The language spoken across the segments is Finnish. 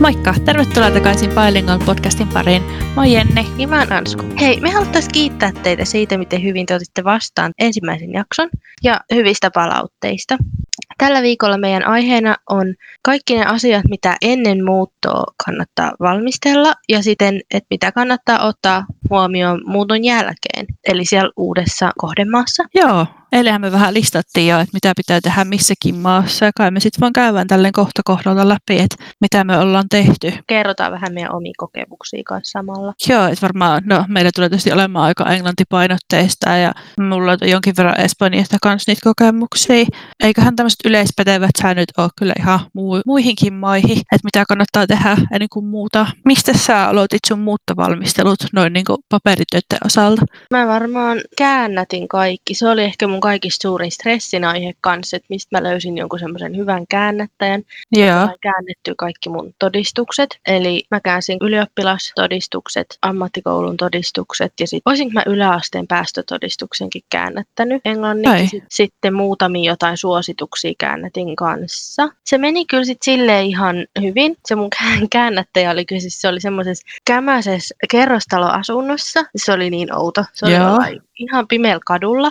Moikka! Tervetuloa takaisin Bilingual podcastin pariin. Mä oon Jenni. Ja mä oon Ansku. Hei, me haluttaisiin kiittää teitä siitä, miten hyvin te otitte vastaan ensimmäisen jakson ja hyvistä palautteista. Tällä viikolla meidän aiheena on kaikki ne asiat, mitä ennen muuttoa kannattaa valmistella ja siten, että mitä kannattaa ottaa huomioon muuton jälkeen, eli siellä uudessa kohdemaassa. Joo, eilenhän me vähän listattiin jo, että mitä pitää tehdä missäkin maassa ja kai me sitten vaan käydään tälleen kohta kohdalta läpi, että mitä me ollaan tehty. Kerrotaan vähän meidän omia kokemuksia kanssa samalla. Joo, että varmaan, meillä tulee tietysti olemaan aika englantipainotteista ja mulla on jonkin verran Espanjasta kanssa niitä kokemuksia. Eiköhän tämmöiset yleispätevät säännöt ole kyllä ihan muihinkin maihin, että mitä kannattaa tehdä ennen kuin muuta. Mistä sä aloitit sun muuttovalmistelut noin niin kuin paperitöiden osalta? Mä varmaan käännätin kaikki. Se oli ehkä mun kaikista suurin stressin aihe kanssa, että mistä mä löysin jonkun semmoisen hyvän käännättäjän. Joo. Mä sain käännettyä kaikki mun todistukset. Eli mä käänsin ylioppilastodistukset, ammattikoulun todistukset ja olisinko mä yläasteen päästötodistuksenkin käännättänyt englanniksi. Sitten muutamia jotain suosituksia käännätin kanssa. Se meni kyllä sitten silleen ihan hyvin. Se mun käännättäjä oli kyllä siis, se oli semmoisessa kämäisessä kerrostaloasunnossa. Se oli niin outo. Se oli ihan pimeällä kadulla.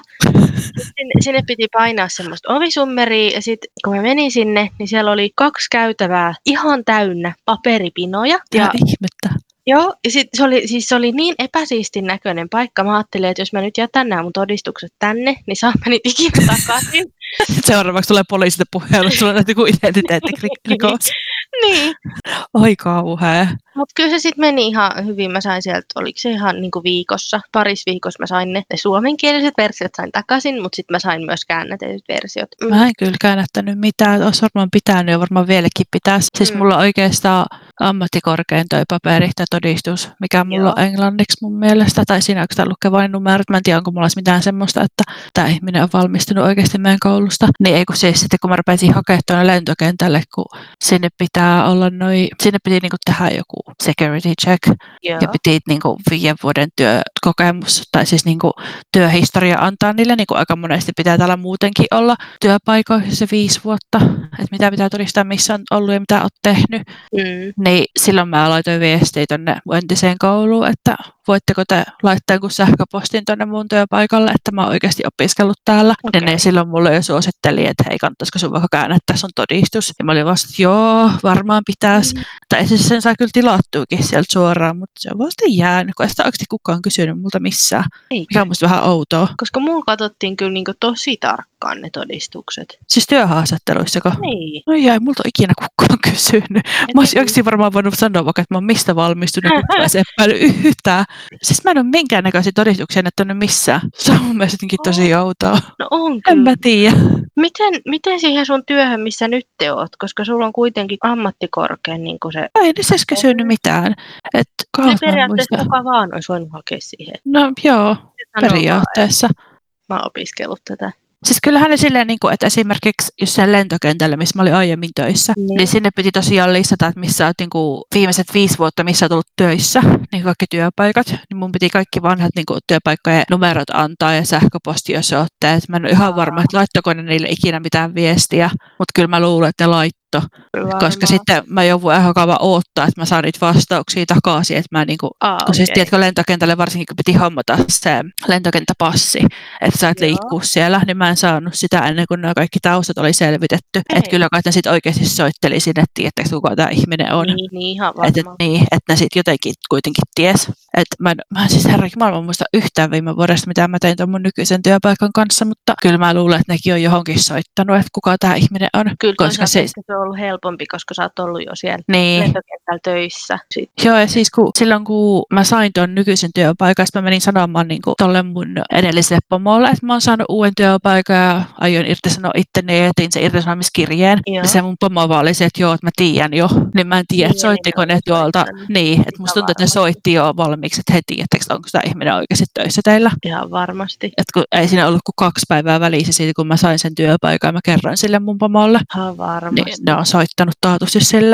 Sinne piti painaa semmoista ovisummeria ja sitten kun mä menin sinne, niin siellä oli 2 käytävää ihan täynnä paperipinoja. Ja ihmettä. Joo, ja se oli niin epäsiistin näköinen paikka. Mä ajattelin, että jos mä nyt jätän nämä mun todistukset tänne, niin saan mä niitä ikinä takaisin. Seuraavaksi tulee poliisilta puheella, sulla on joku identiteettirikos. Niin. Oi kauhea. Mutta kyllä se sitten meni ihan hyvin. Mä sain sieltä, oliko se ihan niinku viikossa, parissa viikossa mä sain ne suomenkieliset versiot sain takaisin, mutta sitten mä sain myös käännätetyt versiot. Mä en kyllä käännättänyt mitään, olisi varmaan pitänyt ja varmaan vieläkin pitäisi. Siis mulla oikeastaan ammattikorkein toi paperi tai todistus, mikä mulla on englanniksi mun mielestä, tai siinä onko tämä lukee vain numerot, mä en tiedä onko mulla olisi mitään semmoista, että tämä ihminen on valmistunut oikeasti meidän koulusta. Niin ei kun siis sitten kun mä rupesin hakemaan tuonne lentokentälle, kun sinne pitää olla sinne piti niinku tehdä joku security check ja piti niinku 5 vuoden työkokemus tai siis niinku työhistoria antaa niille, niinku aika monesti pitää täällä muutenkin olla työpaikoissa se 5 vuotta, että mitä pitää todistaa, missä on ollut ja mitä olet tehnyt. Niin silloin mä laitoin viestiä tuonne entiseen kouluun, että voitteko te laittaa jonkun sähköpostin tuonne mun työpaikalle, että mä oon oikeasti opiskellut täällä. Okay. Ja ne silloin mulle jo suositteli, että hei, kannattaisiko sun vaikka käännättää sun todistus. Ja mä olin vasta, että joo, varmaan pitäisi. Tai siis sen saa kyllä tilattuukin sieltä suoraan, mutta se on vasta jäänyt, kun ei sitä oikeasti kukaan kysynyt multa missään. Mikä on musta vähän outoa. Koska mulla katsottiin kyllä niinku tosi tarkkaan ne todistukset. Siis työhaastatteluissako? Niin. No ei, multa on ikinä kukaan kysynyt. Mä olisin oikeasti varmaan voinut sanoa vaikka, että mä oon mistä valmistunut, kun mä en epäily yhtään. Siis mä en ole minkäännäköisiä todistuksia näyttänyt missään. Se on mun mielestä jotenkin tosi outoa. No on kyllä. En mä tiedä. Miten siihen sun työhön, missä nyt te oot? Koska sulla on kuitenkin ammattikorkein niin kuin se... Ei ne siis kysynyt mitään. Eli periaatteessa kuka vaan olisi voinut hakea siihen. No joo, periaatteessa. Mä oon opiskellut tätä. Siis kyllähän ne silleen, että esimerkiksi jos sen lentokentällä, missä mä olin aiemmin töissä, niin sinne piti tosiaan listata, että missä olet viimeiset 5 vuotta, missä olet ollut töissä, niin kaikki työpaikat. Niin mun piti kaikki vanhat työpaikkojen numerot antaa ja sähköpostiosoitteet. Mä en ole ihan varma, että laittako ne niille ikinä mitään viestiä, mutta kyllä mä luulen, että ne laittoi. Koska sitten mä joudun ihan kauan odottaa, että mä saan niitä vastauksia takaisin. Että mä kun siis tiedätkö, lentokentälle varsinkin kun piti hommata se lentokenttäpassi, että sä et liikkua siellä, niin mä en saanut sitä ennen kuin nämä kaikki taustat oli selvitetty. Että kyllä kai ne sitten oikeasti soitteli sinne, että tiedättekö kuka tämä ihminen on. Niin ihan varmaan. Että ne sitten jotenkin kuitenkin ties. Että mä siis herrankin maailman muista yhtään viime vuodesta, mitä mä tein tuon mun nykyisen työpaikan kanssa, mutta kyllä mä luulen, että nekin on johonkin soittanut, että kuka tämä ihminen on. Kyllä koska se on ollut helpompi, koska sä oot ollut jo siellä lentokentällä töissä. Sitten. Joo, ja siis silloin kun mä sain tuon nykyisen työpaikan, mä menin sanomaan tolle mun edelliselle pomolle, että mä oon saanut uuden työpaikan ja aion irtisanoa itteni ja etin sen irtisanomiskirjeen. Ja se mun pomo vaan oli se, että joo, että mä tiedän jo. Niin mä en tiedä, että soittiko ne tuolta. Niin, että musta tuntuu, että ne soitti jo valmiiksi, että he tiedättekö, onko tämä ihminen oikeasti töissä teillä. Ihan varmasti. Että kun ei siinä ollut kuin 2 päivää välissä siitä, kun mä sain sen työpaikan ja mä kerroin sille mun pomolle. Ihan varmasti. Niin ne on soittanut taatusti sille.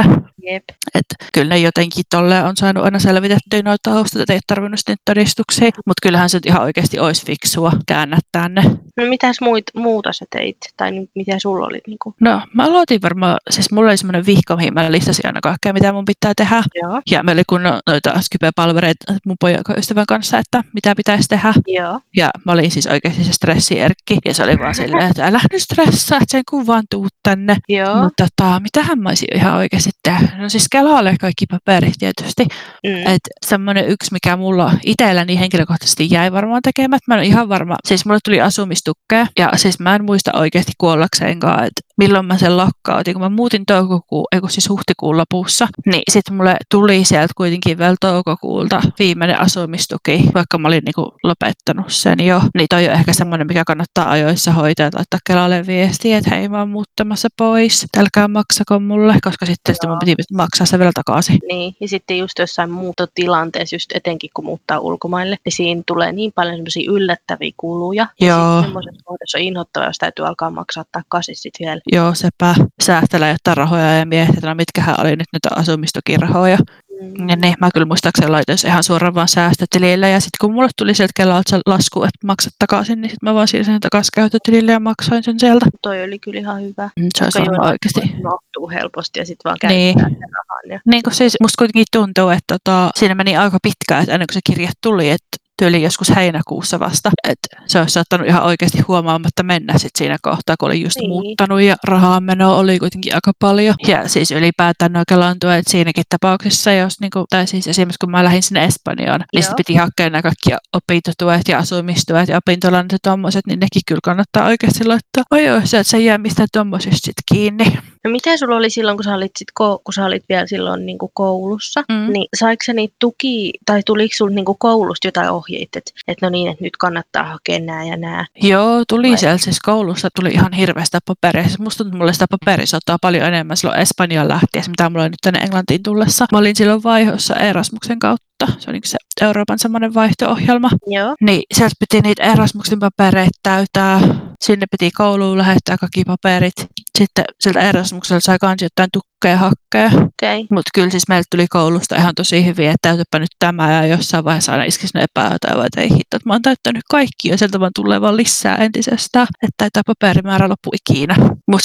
Jep. Että kyllä ne jotenkin tolleen on saanut aina selvitettyä noita taustat, että ei ole tarvinnut niitä todistuksia. Mutta kyllähän se nyt ihan oikeasti olisi fiksua käännättää ne. No mitäs muuta sä teit? Tai mitä sulla oli? Niinku? No mä aloitin varmaan, siis mulla oli semmoinen vihko, mihin mä listasin aina kaikkea, mitä mun pitää tehdä. Joo. Ja meillä oli kunnon noita Skype-palvereita mun poikaystävän kanssa, että mitä pitäisi tehdä. Joo. Ja mä olin siis oikeasti se stressierkki. Ja se oli vaan silleen, että älä nyt stressaa, että sen kuvan tuu tänne. Joo. Mutta mitähän mä olisin ihan oikeasti tehdä? No siis Kelalle kaikki paperit tietysti. Että semmoinen yksi, mikä mulla itselläni henkilökohtaisesti jäi varmaan tekemättä. Mä en ole ihan varma. Siis mulle tuli asumistukea. Ja siis mä en muista oikeasti kuollakseenkaan, että milloin mä sen lakkautin. Kun mä muutin siis huhtikuun lopussa, niin sitten mulle tuli sieltä kuitenkin vielä toukokuulta viimeinen asumistuki, vaikka mä olin niinku lopettanut sen jo. Niin toi on ehkä semmoinen, mikä kannattaa ajoissa hoitaa ja laittaa Kelalle viestiä, että hei, mä oon muuttamassa pois. Älkää maksako mulle, koska sitten mun piti maksaa se vielä takaisin. Niin, ja sitten just jossain muuttotilanteessa, just etenkin kun muuttaa ulkomaille, niin siinä tulee niin paljon semmoisia yllättäviä kuluja. Joo. Ja sitten semmoisessa kohdassa on inhottavaa, jos täytyy alkaa maksaa takaisin sitten vielä. Joo, sepä. Säästelee jotain rahoja ja mietitään, mitkähän oli nyt niitä asumistukirahoja. Ja ne mä kyllä muistaakseni laitoin ihan suoraan vaan säästötilille. Ja sitten kun mulle tuli sieltä Kelalta lasku, että maksat takaisin, niin sitten mä vaan siirsin sen takaisin käyttötilille ja maksoin sen sieltä. Toi oli kyllä ihan hyvä. Se olisi varmaan oikeasti. Unohtuu helposti ja sitten vaan käyttää sen rahan. Ja... Niin kuin siis musta kuitenkin tuntuu, että siinä meni aika pitkään, että ennen kuin se kirje tuli, että tyyli joskus heinäkuussa vasta, että se olisi saattanut ihan oikeasti huomaamatta mennä sit siinä kohtaa, kun oli just muuttanut ja rahaa menoa oli kuitenkin aika paljon. Ja siis ylipäätään nuo Kelan tuet siinäkin tapauksessa, jos niinku, tai siis esimerkiksi kun mä lähdin sinne Espanjaan, niin sit piti hakea nämä kaikki opintotuet ja asumistuet ja opintolainat ja tommoset, niin nekin kyllä kannattaa oikeasti laittaa ajoissa, että se ei jää mistään tommosista sit kiinni. No mitä sulla oli silloin, kun sä olit vielä silloin niin kuin koulussa, niin saiko sä niitä tukia, tai tuliko sulla niin kuin koulusta jotain ohjeita, että no niin, että nyt kannattaa hakea nää ja nää? Joo, tuli siellä siis koulussa, tuli ihan hirveästä paperia. Siis musta tuntuu, että mulle sitä paperisotaa paljon enemmän silloin Espanjaan lähtiessä, mitä mulla oli nyt tänne Englantiin tullessa. Mä olin silloin vaihossa Erasmuksen kautta. Se on niin se Euroopan semmoinen vaihto-ohjelma. Joo. Niin sieltä piti niitä Erasmuksen papereita täytää. Sinne piti kouluun lähettää kaikki paperit. Sitten sieltä Erasmuksella sai kanssa jotain tukea hakea. Okay. Mutta kyllä siis meiltä tuli koulusta ihan tosi hyvin, että täytäpä nyt tämä. Ja jossain vaiheessa aina iskisi ne epäytävä, että ei hitto, että mä oon täyttänyt kaikki. Ja sieltä vaan tulee vaan lisää entisestään, että ei tämä paperimäärä loppu ikinä. Mutta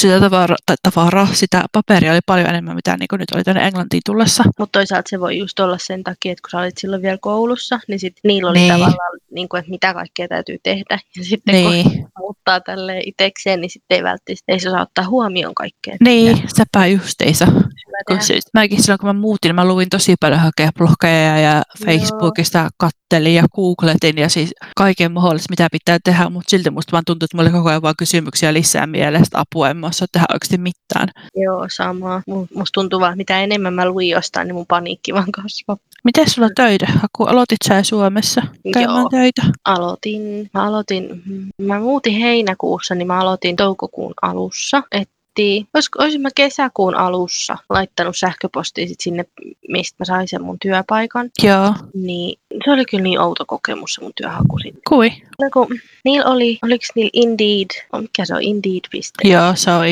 sitä paperia oli paljon enemmän, mitä niin nyt oli tänne Englantiin tullessa. Mutta toisaalta se voi just olla sen takia, että kun sä olit silloin vielä koulussa, niin sit niillä oli tavallaan, niin kuin, että mitä kaikkea täytyy tehdä. Ja sitten kun muuttaa tälleen itsekseen, niin sitten ei välttämättä ei se saa ottaa huomioon kaikkea. Niin, sepä justiinsa. Siis, mäkin silloin, kun mä muutin, mä luin tosi paljon blogeja ja Facebookista kattelin ja googletin ja siis kaiken mahdollista, mitä pitää tehdä, mutta silti musta vaan tuntuu, että mulla oli koko ajan vaan kysymyksiä lisää mielestä, apua, en mä osaa tehdä oikeasti mitään. Joo, sama. Musta tuntuu vaan, että mitä enemmän mä luin jostain, niin mun paniikki vaan kasvaa. Miten sulla töitä? Aloitit sä Suomessa käymään töitä? Mä muutin heinäkuussa, niin mä aloitin toukokuun alussa. Olisin mä kesäkuun alussa laittanut sähköpostia sit sinne, mistä mä sain sen mun työpaikan. Joo. Niin se oli kyllä niin outo kokemus se mun työhaku sitten. Kui? No kun niillä oli, oliko niillä Indeed, mikä se on Indeed? Joo, se on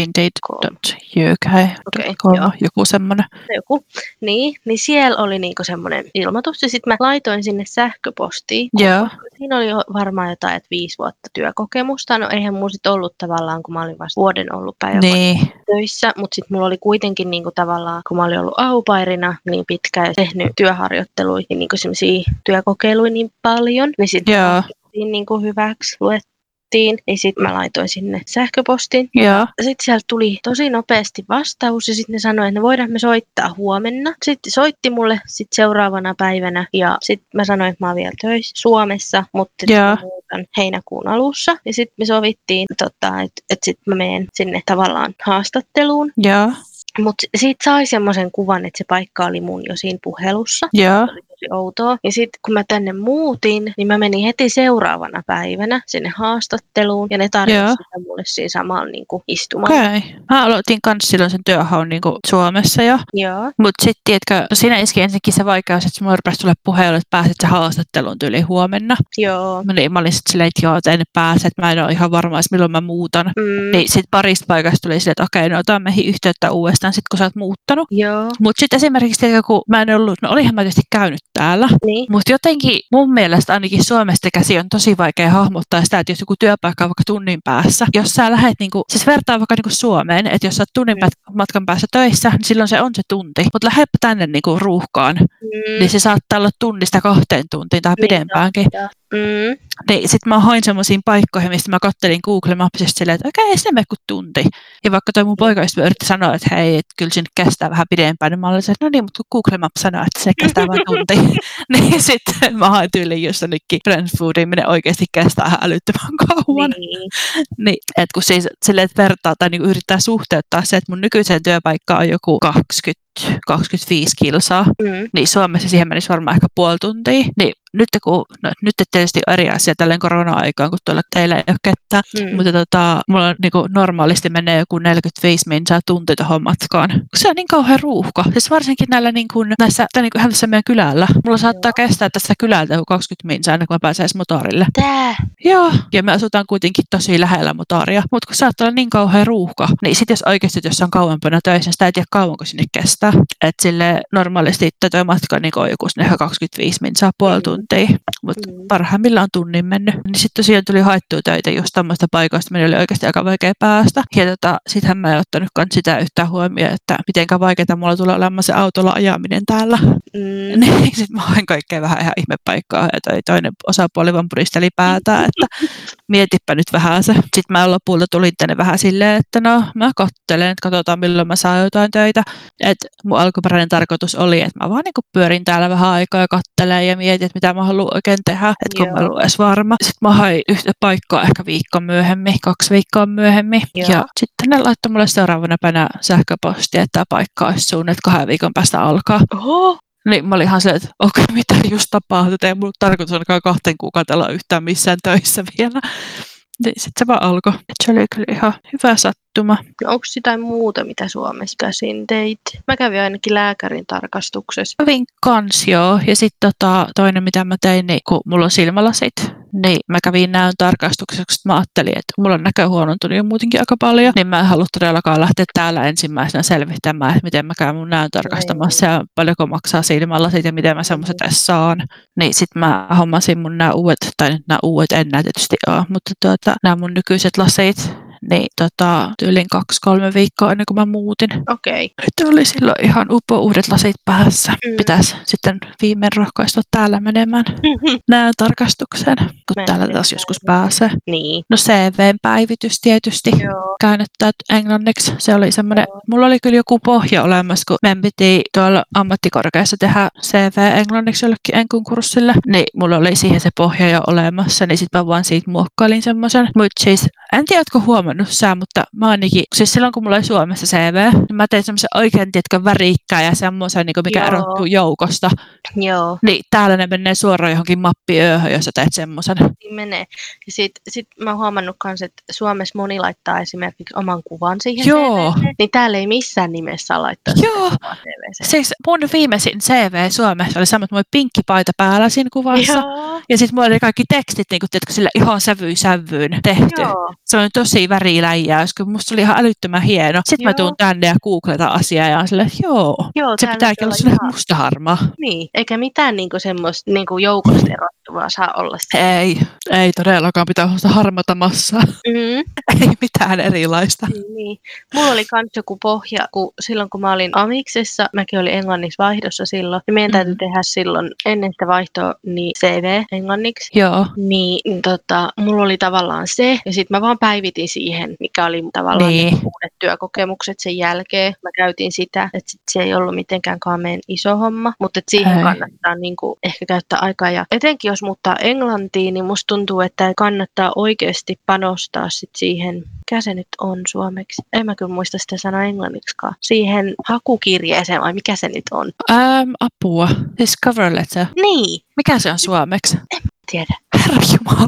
Indeed.uk, joku semmoinen. Joku, niin siellä oli niinku semmoinen ilmoitus ja sitten mä laitoin sinne sähköpostiin. Joo. Siinä oli varmaan jotain, että 5 vuotta työkokemusta. No eihän mulla sit ollut tavallaan, kun mä olin vasta vuoden ollut töissä, mutta sitten mulla oli kuitenkin niinku tavallaan, kun mä olin ollut au pairina niin pitkään ja tehnyt työharjoitteluja ja niinku semmoisia työkokeiluja niin paljon, niin sitten niinku hyväksi luettiin, niin sitten mä laitoin sinne sähköpostin. Sitten sieltä tuli tosi nopeasti vastaus ja sitten ne sanoi, että voidaan me soittaa huomenna. Sitten soitti mulle seuraavana päivänä ja sitten mä sanoin, että mä oon vielä töissä Suomessa, mutta mä muutan heinäkuun alussa. Ja sitten me sovittiin, että sitten mä menen sinne tavallaan haastatteluun. Mutta siitä sai semmoisen kuvan, että se paikka oli mun jo siinä puhelussa. Se oli tosi outoa. Ja sitten kun mä tänne muutin, niin mä menin heti seuraavana päivänä sinne haastatteluun. Ja ne tarjosi sitä mulle siinä samalla niin kuin istumalla. Okei. Mä aloitin kans silloin sen työhaun niin kuin Suomessa jo. Joo. Mutta sitten, tiedätkö, siinä iski ensinnäkin se vaikeus, että mulla rupesi tulla puheelle, että pääset se haastatteluun tyyliin huomenna. Joo. Niin mä olin sitten silleen, että joo, että en pääse, että mä en ole ihan varma, milloin mä muutan. Niin sitten parista paikasta tuli silleen, että okei, no otan meihin yhteyttä uudestaan sitten, kun sä oot muuttanut. Joo. Mutta sitten esimerkiksi, tiedätkö, kun mä en ollut, no olihan mä tietysti käynyt täällä. Niin. Mutta jotenkin mun mielestä ainakin Suomesta käsi on tosi vaikea hahmottaa sitä, että jos joku työpaikka on vaikka tunnin päässä. Jos sä lähdet, niinku, siis vertaa vaikka niinku Suomeen, että jos sä oot tunnin matkan päässä töissä, niin silloin se on se tunti. Mutta lähdepä tänne niinku ruuhkaan, niin se saattaa olla tunnista 2 tuntiin tai pidempäänkin. Niin sit mä hain semmoisiin paikkoihin, mistä mä kattelin Google Mapsista silleen, että okei, ei se mene kuin tunti. Ja vaikka toi mun poikaystävä yritti sanoa, että hei, että kyllä sinne kestää vähän pidempään, niin mä olin että no niin, mutta Google Maps sanoo, että se kestää vain tunti. Niin sitten mä hain tyyliin just jonnekin Friends Foodiin, minne oikeasti kestää ihan älyttömän kauan. Niin, että kun siis silleen, että vertaa tai niinku yrittää suhteuttaa se, että mun nykyiseen työpaikkaan on joku 25 kilsaa, niin Suomessa siihen menisi varmaan ehkä puoli tuntia. Niin nyt tietysti on eri asia tälleen korona-aikaan, kun tuolla teillä ei ole kettä, mutta mulla niinku normaalisti menee joku 45 minsaa tunti tuohon matkaan. Se on niin kauhean ruuhka. Siis varsinkin näillä näissä ihan tässä meidän kylällä. Mulla saattaa kestää tästä kylältä joku 20 minsaa ennen kuin mä pääsen edes motorille. Tää? Joo, ja me asutaan kuitenkin tosi lähellä motoria, mutta kun saattaa olla niin kauhean ruuhka, niin sit jos oikeasti jos on kauempana töissä, niin sitä ei tiedä kauanko sinne kestää. Että sille normaalisti tätä matka niin on joku 25 minsaa puoli tuntia. Mutta parhaimmillaan on tunnin mennyt. Niin sitten tosiaan tuli haettua töitä just tämmöistä paikoista, meillä oli oikeasti aika vaikea päästä. Ja sittenhän mä en ottanutkaan sitä yhtään huomioon, että mitenkä vaikeaa mulla tulee olemaan se autolla ajaminen täällä. Niin sitten mä hain kaikkea vähän ihan ihmepaikkaa ja toinen osapuoli vaan puristeli päätään, että mietipä nyt vähän se. Sitten mä lopulta tulin tänne vähän silleen, että no mä katselen, että katsotaan milloin mä saan jotain töitä. Että mun alkuperäinen tarkoitus oli, että mä vaan niinku pyörin täällä vähän aikaa ja katselen ja mietin, että mitä mä haluan oikein tehdä, että kun mä en ollut edes varma. Sitten mä hain yhtä paikkaa ehkä viikon myöhemmin, 2 viikkoa myöhemmin. Ja sitten ne laittoi mulle seuraavana päivänä sähköpostia, että tämä paikka olisi suunnilleen 2 viikon päästä alkaa. Oho! Niin mä olin ihan silleen, että okei, mitä just tapahtuu, ei mulla tarkoitus ainakaan 2 kuukautta olla yhtään missään töissä vielä. Niin sitten se vaan alkoi. Se oli kyllä ihan hyvä sattuma. No, onko jotain muuta, mitä Suomessa käsin teit? Mä kävin ainakin lääkärin tarkastuksessa. Kävin kans joo. Ja sitten toinen, mitä mä tein, niin kun mulla on silmälasit, niin mä kävin näön tarkastuksessa, koska mä ajattelin, että mulla on näkö huonontunut jo muutenkin aika paljon. Niin mä en halua todellakaan lähteä täällä ensimmäisenä selvittämään, että miten mä käyn mun näön tarkastamassa ja paljonko maksaa silmälasit ja miten mä semmoiset edes saan. Niin sit mä hommasin mun nämä uudet enää tietysti ole, mutta nämä mun nykyiset lasit, niin tyylin 2-3 viikkoa ennen kuin mä muutin. Okei. Nyt oli silloin ihan uudet lasit päässä. Pitäisi sitten viimein rohkaistua täällä menemään näön tarkastukseen, kun täällä taas joskus pääsee. Niin. No CV-päivitys tietysti. Käännettä englanniksi. Se oli semmoinen, mulla oli kyllä joku pohja olemassa, kun meidän piti tuolla ammattikorkeassa tehdä CV englanniksi jollekin enkun kurssille. Niin mulla oli siihen se pohja jo olemassa, niin sitten mä vaan siitä muokkailin semmoisen. Mutta siis, en tiedä, ootko huomannut sä, mutta mä ainakin, siis silloin kun mulla oli Suomessa CV, niin mä tein semmoisen oikein, tiedätkö, värikkää ja semmoisen, niin mikä erottuu joukosta. Joo. Niin täällä ne menee suoraan johonkin mappiööhön, jos sä teet semmoisen. Niin menee. Ja sit mä oon huomannut kans, että Suomessa moni laittaa esimerkiksi oman kuvan siihen CV:seen, niin täällä ei missään nimessä laittaa sitä omaa CV:seen. Siis mun viimeisin CV Suomessa oli semmoinen, että mulla oli pinkki paita päällä siinä kuvassa. Joo. Ja sitten mulla oli kaikki tekstit, niin kun, tiedätkö, sillä ihan sävyyn tehty. Joo. Se on tosi väriläjäys, kun musta oli ihan älyttömän hieno. Sitten mä tuun tänne ja googletan asiaa ja on silleen, että se pitääkin olla sellainen mustaharmaa. Niin, eikä mitään niinku semmoista niinku joukosta erottuvaa saa olla. Ei todellakaan pitää olla harmata massaa. Ei mitään erilaista. Niin. Mulla oli kans joku pohja, kun silloin kun mä olin amiksessa, mäkin olin englanniksi vaihdossa silloin, niin meidän täytyy tehdä silloin ennen sitä vaihtoa niin CV englanniksi. Joo. Niin mulla oli tavallaan se, ja sitten mä vaan päivitin siihen, mikä oli tavallaan uudet työkokemukset sen jälkeen. Mä käytin sitä, että sit se ei ollut mitenkään kaameen iso homma, mutta siihen kannattaa niinku ehkä käyttää aikaa. Ja etenkin jos muuttaa englantiin, niin musta tuntuu, että kannattaa oikeasti panostaa sit siihen, mikä se nyt on suomeksi. En mä kyllä muista sitä sanaa englanniksikaan. Siihen hakukirjeeseen vai mikä se nyt on? Apua. Siis cover letter. Niin. Mikä se on suomeksi? En tiedä. Herranjumala.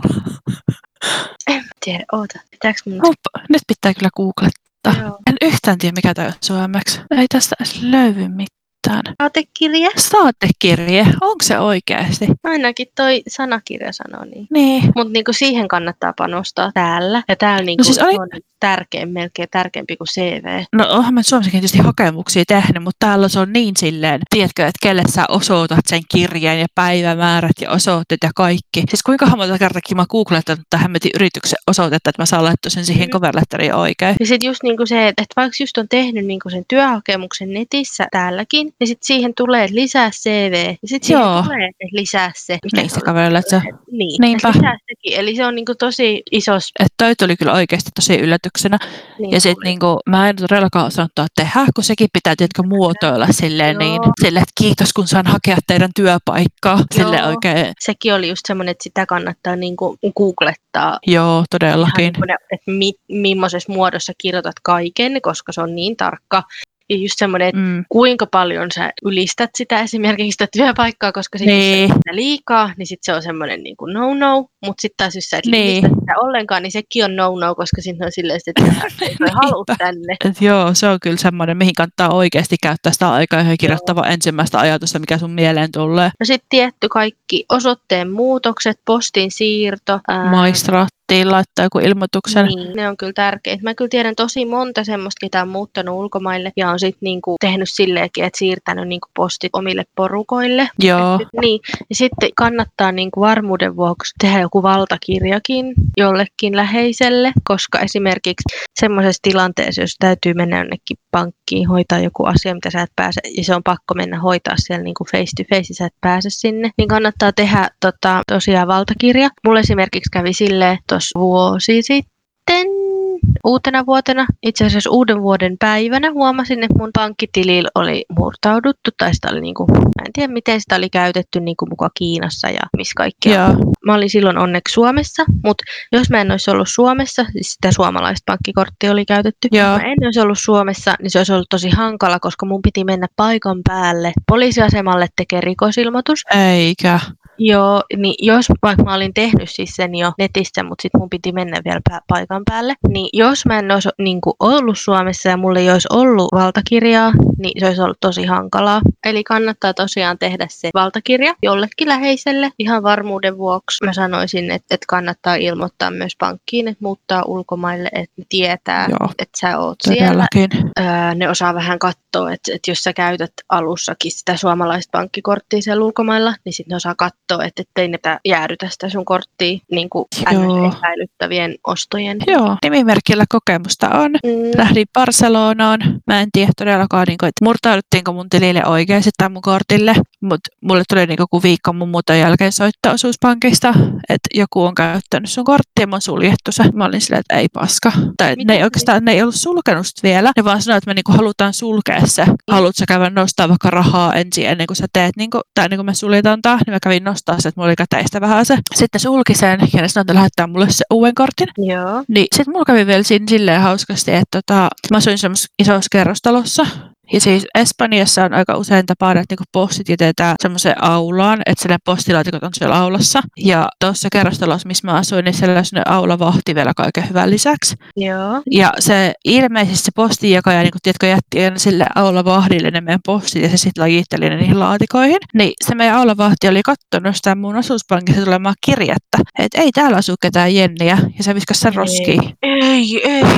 En tiedä, oota. Pitääkö mun... Nyt pitää kyllä googlettaa. Joo. En yhtään tiedä, mikä tämä on suomeksi. Ei tästä edes löydy mitään. Saatekirje? Saatekirje. Onko se oikeasti? Ainakin toi sanakirja sanoo niin. Niin. Mutta niinku siihen kannattaa panostaa täällä. Ja täällä niinku siis on melkein tärkeämpi kuin CV. No onhan mä Suomessakin tietysti hakemuksia tehnyt, mutta täällä se on niin silleen, tiedätkö, että kelle sä osoitat sen kirjeen ja päivämäärät ja osoitteet ja kaikki. Siis kuinka monta kertakin mä googlettanut tähän yrityksen osoitetta, että mä saan laittaa sen siihen cover letteriin oikein. Ja sitten just niinku se, että vaikka just on tehnyt niinku sen työhakemuksen netissä täälläkin, niin sitten siihen tulee lisää CV. Ja sitten siihen tulee lisää se. Niin se cover letter. Niin, niinpä. Lisää sekin. Eli se on niinku tosi iso. Että toi tuli kyllä oikeasti tosi yllätyksenä. Niin ja sitten niinku, mä en todellakaan osannut tehdä, kun sekin pitää tietenkä muotoilla silleen niin, silleen, että kiitos kun saan hakea teidän työpaikkaa. Silleen oikein. Sekin oli just semmoinen, että sitä kannattaa niinku googlettaa. Joo, todellakin. Niinku, että millaisessa muodossa kirjoitat kaiken, koska se on niin tarkka. Ja just semmoinen, että kuinka paljon sä ylistät sitä esimerkiksi sitä työpaikkaa, koska sitten jos sä ylistät liikaa, niin sitten se on semmoinen niin kuin no-no. Mutta sitten taas jos sä et ylistä sitä ollenkaan, niin sekin on no-no, koska sitten on silleen, että ei halua tänne. Joo, se on kyllä semmoinen, mihin kannattaa oikeasti käyttää sitä aikaa ja kirjoittava ensimmäistä ajatusta, mikä sun mieleen tulee. No sitten tietty kaikki osoitteen muutokset, postin siirto. Maistraattiin laittaa joku ilmoituksen. Niin, ne on kyllä tärkeitä. Mä kyllä tiedän tosi monta semmoista, ketä on muuttanut ulkomaille ja on sitten niinku tehnyt silleenkin, että siirtänyt niinku postit omille porukoille. Joo. Niin, ja sitten kannattaa niinku varmuuden vuoksi tehdä joku valtakirjakin jollekin läheiselle, koska esimerkiksi semmoisessa tilanteessa, jos täytyy mennä jonnekin pankkiin, hoitaa joku asia, mitä sä et pääse, ja se on pakko mennä hoitaa siellä niinku face to face, ja sä et pääse sinne, niin kannattaa tehdä tosiaan valtakirja. Mulla esimerkiksi kävi silleen tuossa vuosi sitten, uutena vuotena, itse asiassa uuden vuoden päivänä huomasin, että mun pankkitilillä oli murtauduttu, tai sitä oli niinku, mä en tiedä miten sitä oli käytetty niinku mukaan Kiinassa ja missä kaikkea. Mä olin silloin onneksi Suomessa, mutta jos mä en olisi ollut Suomessa, siis sitä suomalaista pankkikorttia oli käytetty, jos mä en olisi ollut Suomessa, niin se olisi ollut tosi hankala, koska mun piti mennä paikan päälle poliisiasemalle tekemään rikosilmoitus. Eikä. Joo, niin jos vaikka mä olin tehnyt siis sen jo netissä, mutta sitten mun piti mennä vielä paikan päälle, niin jos mä en olisi niinku ollut Suomessa ja mulla ei olisi ollut valtakirjaa, niin se olisi ollut tosi hankalaa. Eli kannattaa tosiaan tehdä se valtakirja jollekin läheiselle ihan varmuuden vuoksi. Mä sanoisin, että kannattaa ilmoittaa myös pankkiin, että muuttaa ulkomaille, että ne tietää, että sä oot siellä. Ne osaa vähän katsoa, että jos sä käytät alussakin sitä suomalaista pankkikorttia siellä ulkomailla, niin sitten ne osaa katsoa, että ettei ne jäädytä sitä sun korttia niin kuin epäilyttävien ostojen. Joo, nimimerkillä kokemusta on. Lähdin Barcelonaan. Mä en tiedä todellakaan, että murtauduttiinko mun tilille oikeasti tai mun kortille, mutta mulle tuli joku viikko mun muuta jälkeen soittaa osuuspankista, että joku on käyttänyt sun korttia ja mä oon suljettu se. Mä olin silleen, että ei paska. Tai ne ei ollut sulkenut vielä. Ne vaan sanoi, että me halutaan sulkea se. Haluatko käydä nostaa vaikka rahaa ensin ennen kuin sä teet, tai ennen kuin me suljetaan tää, niin mä kävin nostaa se, että mulla oli käteistä vähän se. Sitten sulki sen ja ne sanoi, että lähettää mulle se uuden kortin. Joo. Niin sitten mulla kävi vielä silleen hauskasti, että mä asuin semmoisessa isossa kerrostalossa. Ja siis Espanjassa on aika usein tapana, että niinku postit jätetään semmoiseen aulaan, että siellä postilaatikot on siellä aulassa. Ja tuossa kerrostalossa, missä mä asuin, niin siellä on semmoinen aulavahti vielä kaiken hyvän lisäksi. Joo. Ja se ilmeisesti se postinjakaja niin tiedätkö, jätti aina sille aulavahdille ne meidän postit ja se sitten lajitteli ne niihin laatikoihin. Niin se meidän aulavahti oli kattonut sitä mun osuuspankissa tulemaan kirjettä, että ei täällä asu ketään jenniä ja se viskasi sen roskiin. Ei.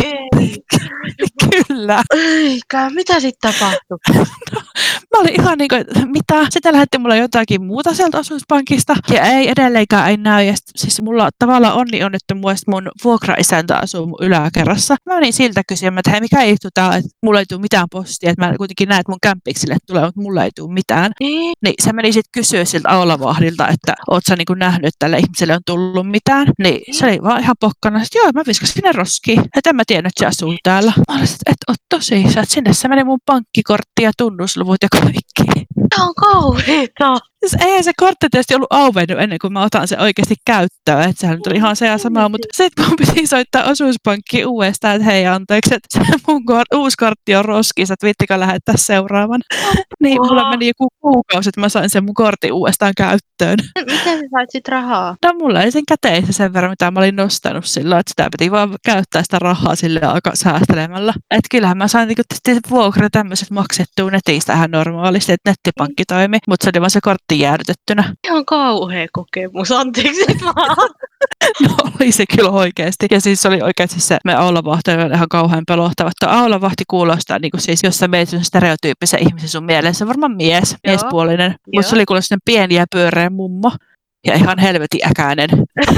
Kyllä. Eikä, mitä sitten tapahtui? Mä olin ihan niin kuin, mitä? Sitten lähetti mulle jotakin muuta sieltä osuuspankista. Ja ei edelleenkään ei näy. Ja siis mulla tavallaan onnettomuus, mun vuokraisäntä asuu mun yläkerrassa. Mä menin siltä kysymään, että hei, mikä ihtu tää, että mulla ei tule mitään postia. Että mä kuitenkin näen, että mun kämpiksille tulee, mutta mulla ei tule mitään. Niin se meni sitten kysyä siltä aulavahdilta, että oot sä niin kuin nähnyt, että tälle ihmiselle on tullut mitään. Niin se oli vaan ihan pokkana. Sitten joo, mä viskasin sinne roskiin. Että en mä tiennyt, että se asuu täällä. Mä olisin, että oot tosissaan, että sinne se meni mun pankkikortti ja tunnusluvut ja kaikki. Tämä on kauheeta. Siis eihän se kortti tietysti ollut auennut ennen kuin mä otan se oikeasti käyttöön. Että sehän nyt oli ihan se ja sama, mutta sitten mun piti soittaa osuuspankkiin uudestaan, että hei anteeksi, että se mun uusi kortti on roskissa, että viittikö lähettää seuraavan. Niin mulla meni joku kuukausi, että mä sain sen mun kortin uudestaan käyttöön. Miten sä sait sit rahaa? No mulla ei sen käteisen sen verran, mitä mä olin nostanut silloin, että sitä piti vaan käyttää sitä rahaa sille aika säästelemällä. Että kyllähän mä sain vuokra tämmöiset maksettua netistä ihan normaalisti, että nettipankki toimi, mutta se oli vaan se kortti jäädytettynä. Ihan kauhea kokemus, anteeksi vaan. No oli se kyllä oikeasti. Ja siis oli oikeasti se, me aulavahti oli ihan kauhean pelohtava. Aulavahti kuulostaa niin kuin siis, jos sä meet stereotyyppisen ihmisen sun mielessä, varmaan miespuolinen. Mutta se oli kuulostaa sellainen pieni ja pyöreä mummo. Ja ihan helvetin äkäinen.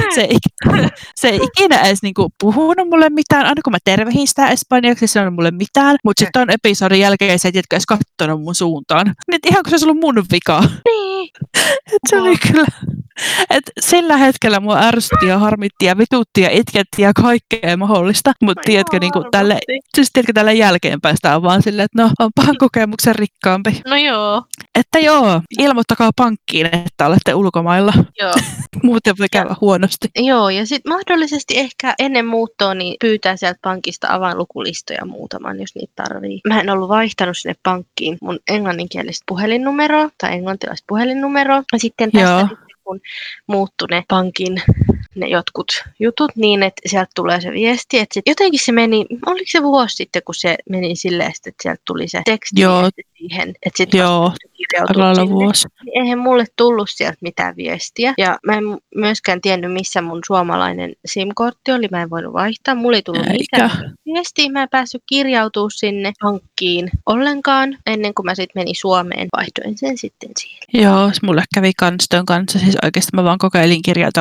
Se ei ikinä edes niinku puhunut mulle mitään, aina kun mä tervehin sitä espanjaksi, se ei sanonut mulle mitään. Mutta sitten ton episodin jälkeen se ei edes katsonut mun suuntaan. Niin ihan kuin se olisi ollut mun vika. Niin. Se oli kyllä. Et sillä hetkellä mua ärsytti ja harmitti ja vitutti ja itketti ja kaikkea mahdollista. Mutta tiedätkö, niinku tälle jälkeenpäin sitä on vaan silleen, että no onpahan kokemuksen rikkaampi. No joo. Että joo, ilmoittakaa pankkiin, että olette ulkomailla. Joo. Muuten voi käydä huonosti. Joo, ja sitten mahdollisesti ehkä ennen muuttoa niin pyytää sieltä pankista avainlukulistoja muutaman, jos niitä tarvii. Mä en ollut vaihtanut sinne pankkiin mun englanninkielistä puhelinnumeroa tai englantilaista puhelinnumeroa. Ja sitten tästä kun muuttui ne pankin ne jotkut jutut niin, että sieltä tulee se viesti. Että jotenkin se meni, oliko se vuosi sitten, kun se meni silleen, että sieltä tuli se teksti siihen. Että sitten kirjautui vuosi. Niin eihän mulle tullut sieltä mitään viestiä. Ja mä en myöskään tiennyt, missä mun suomalainen SIM-kortti oli. Mä en voinut vaihtaa. Mulla ei tullut mitään viestiä. Mä en päässyt kirjautumaan sinne pankkiin ollenkaan. Ennen kuin mä sitten menin Suomeen, vaihdoin sen sitten siihen. Joo, mulle kävi kans ton kanssa. Siis oikeasti mä vaan kokeilin kirjautua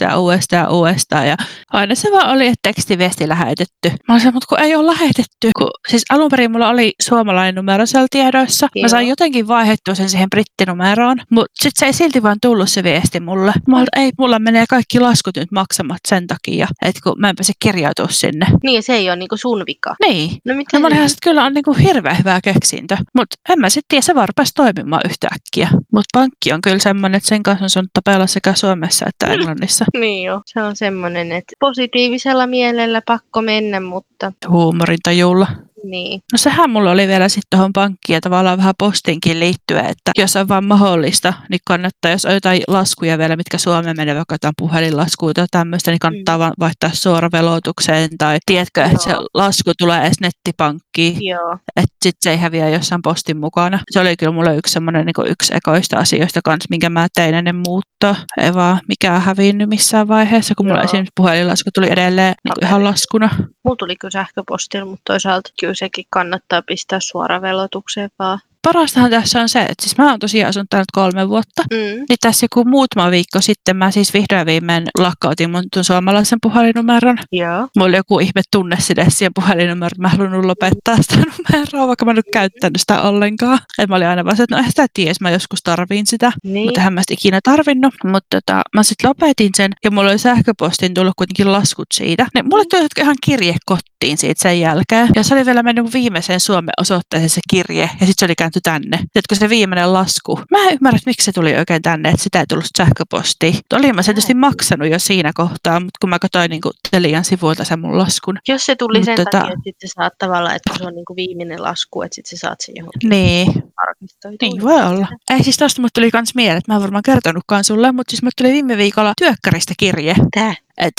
uudestaan. Ja aina se vaan oli, että tekstiviesti lähetetty. Mä olisin, mutta kun ei ole lähetetty. Siis alun perin mulla oli suomalainen numero siellä tiedoissa. Mä sain jotenkin vaihdettua sen siihen brittinumeroon. Mutta sitten se ei silti vaan tullut se viesti mulle. Mä olin, ei, mulla menee kaikki laskut nyt maksamat sen takia. Että kun mä en pääse kirjautua sinne. Niin, se ei ole niinku sun vika. Niin. No mä olihan sit kyllä on niinku hirveän hyvä keksintö. Mutta en mä sitten tiedä, se vaan rupesi toimimaan yhtäkkiä. Mutta pankki on kyllä semmoinen, että sen kanssa on sanonut tapella sekä Suomessa että Englannissa. Niin joo, se on semmoinen, että positiivisella mielellä pakko mennä, mutta huumorintajulla. Niin. No sehän mulla oli vielä sitten tuohon pankkiin ja tavallaan vähän postinkin liittyen, että jos on vaan mahdollista, niin kannattaa, jos on jotain laskuja vielä, mitkä Suomeen menee, vaikka jotain puhelinlaskuja tai tämmöistä, niin kannattaa vaan vaihtaa suoraveloitukseen tai tiedätkö, että se lasku tulee edes nettipankkiin, että sitten se ei häviä jossain postin mukana. Se oli kyllä mulle yksi semmoinen niin yksi ekoista asioista kanssa, minkä mä tein ennen muuttoa. Ei vaan mikään hävinnyt missään vaiheessa, kun mulla esimerkiksi puhelinlasku tuli edelleen niin ihan laskuna. Mulla tuli kyllä sähköpostilla, mutta toisaalta kyllä sekin kannattaa pistää suoraveloitukseen vaan. Parastahan tässä on se, että siis mä oon tosiaan asunut täällä 3 vuotta, niin tässä joku muutama viikko sitten mä siis vihdoin viimein lakkautin mun suomalaisen puhelinnumeron. Joo. Mulla oli joku ihme tunne siihen puhelinnumeroon, että mä halunnut lopettaa sitä numeroa, vaikka mä en ole käyttänyt sitä ollenkaan. Et mä olin aina vaan se, että no eihän sitä tiedä, mä joskus tarviin sitä, mutta eihän mä sitä ikinä tarvinnut. Mutta mä sitten lopetin sen ja mulla oli sähköpostiin tullut kuitenkin laskut siitä. Niin mulle tuli ihan kirje kotiin siitä sen jälkeen. Ja se oli vielä mennyt viimeiseen Suomen osoitteeseen se kirje ja sitten se oli kääntyi tänne. Tiedätkö se viimeinen lasku? Mä en ymmärrä, että miksi se tuli oikein tänne, että sitä ei tullut sähköpostiin. Olin mä sen tietysti maksanut jo siinä kohtaa, mutta kun mä katsoin niin Telian sivuilta sen mun laskun. Jos se tuli sen takia, että sitten sä saat tavallaan, että se on niin kuin viimeinen lasku, että sitten sä saat sen johonkin. Niin. Niin voi olla. Ei siis tosta mut tuli kans mieleen, että mä en varmaan kertonutkaan sulle, mutta siis mut tuli viime viikolla työkkäristä kirje. Tää?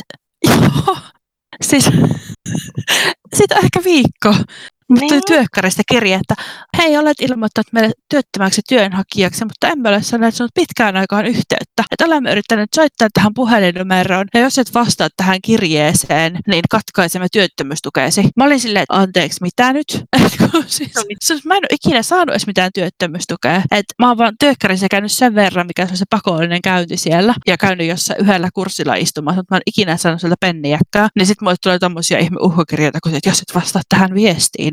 Joo. Siis siitä on ehkä viikko. Mutta tuli työkkäristä kirje, että hei, olet ilmoittanut meille työttömäksi työnhakijaksi, mutta emme ole saaneet sinut pitkään aikaan yhteyttä. Että olemme yrittäneet soittaa tähän puhelinnumeroon, ja jos et vastaa tähän kirjeeseen, niin katkaisemme työttömyystukeesi. Mä olin silleen, että anteeksi, mitä nyt? Siis mä en ole ikinä saanut edes mitään työttömyystukea. Että mä oon vaan työkkärissä käynyt sen verran, mikä on se pakollinen käynti siellä, ja käynyt jossain yhdellä kurssilla istumassa, mutta mä en ikinä saanut sieltä penniäkään. Niin sit mulle tulee tommosia ihme uhkakirjoita, että jos et vastaa tähän viestiin,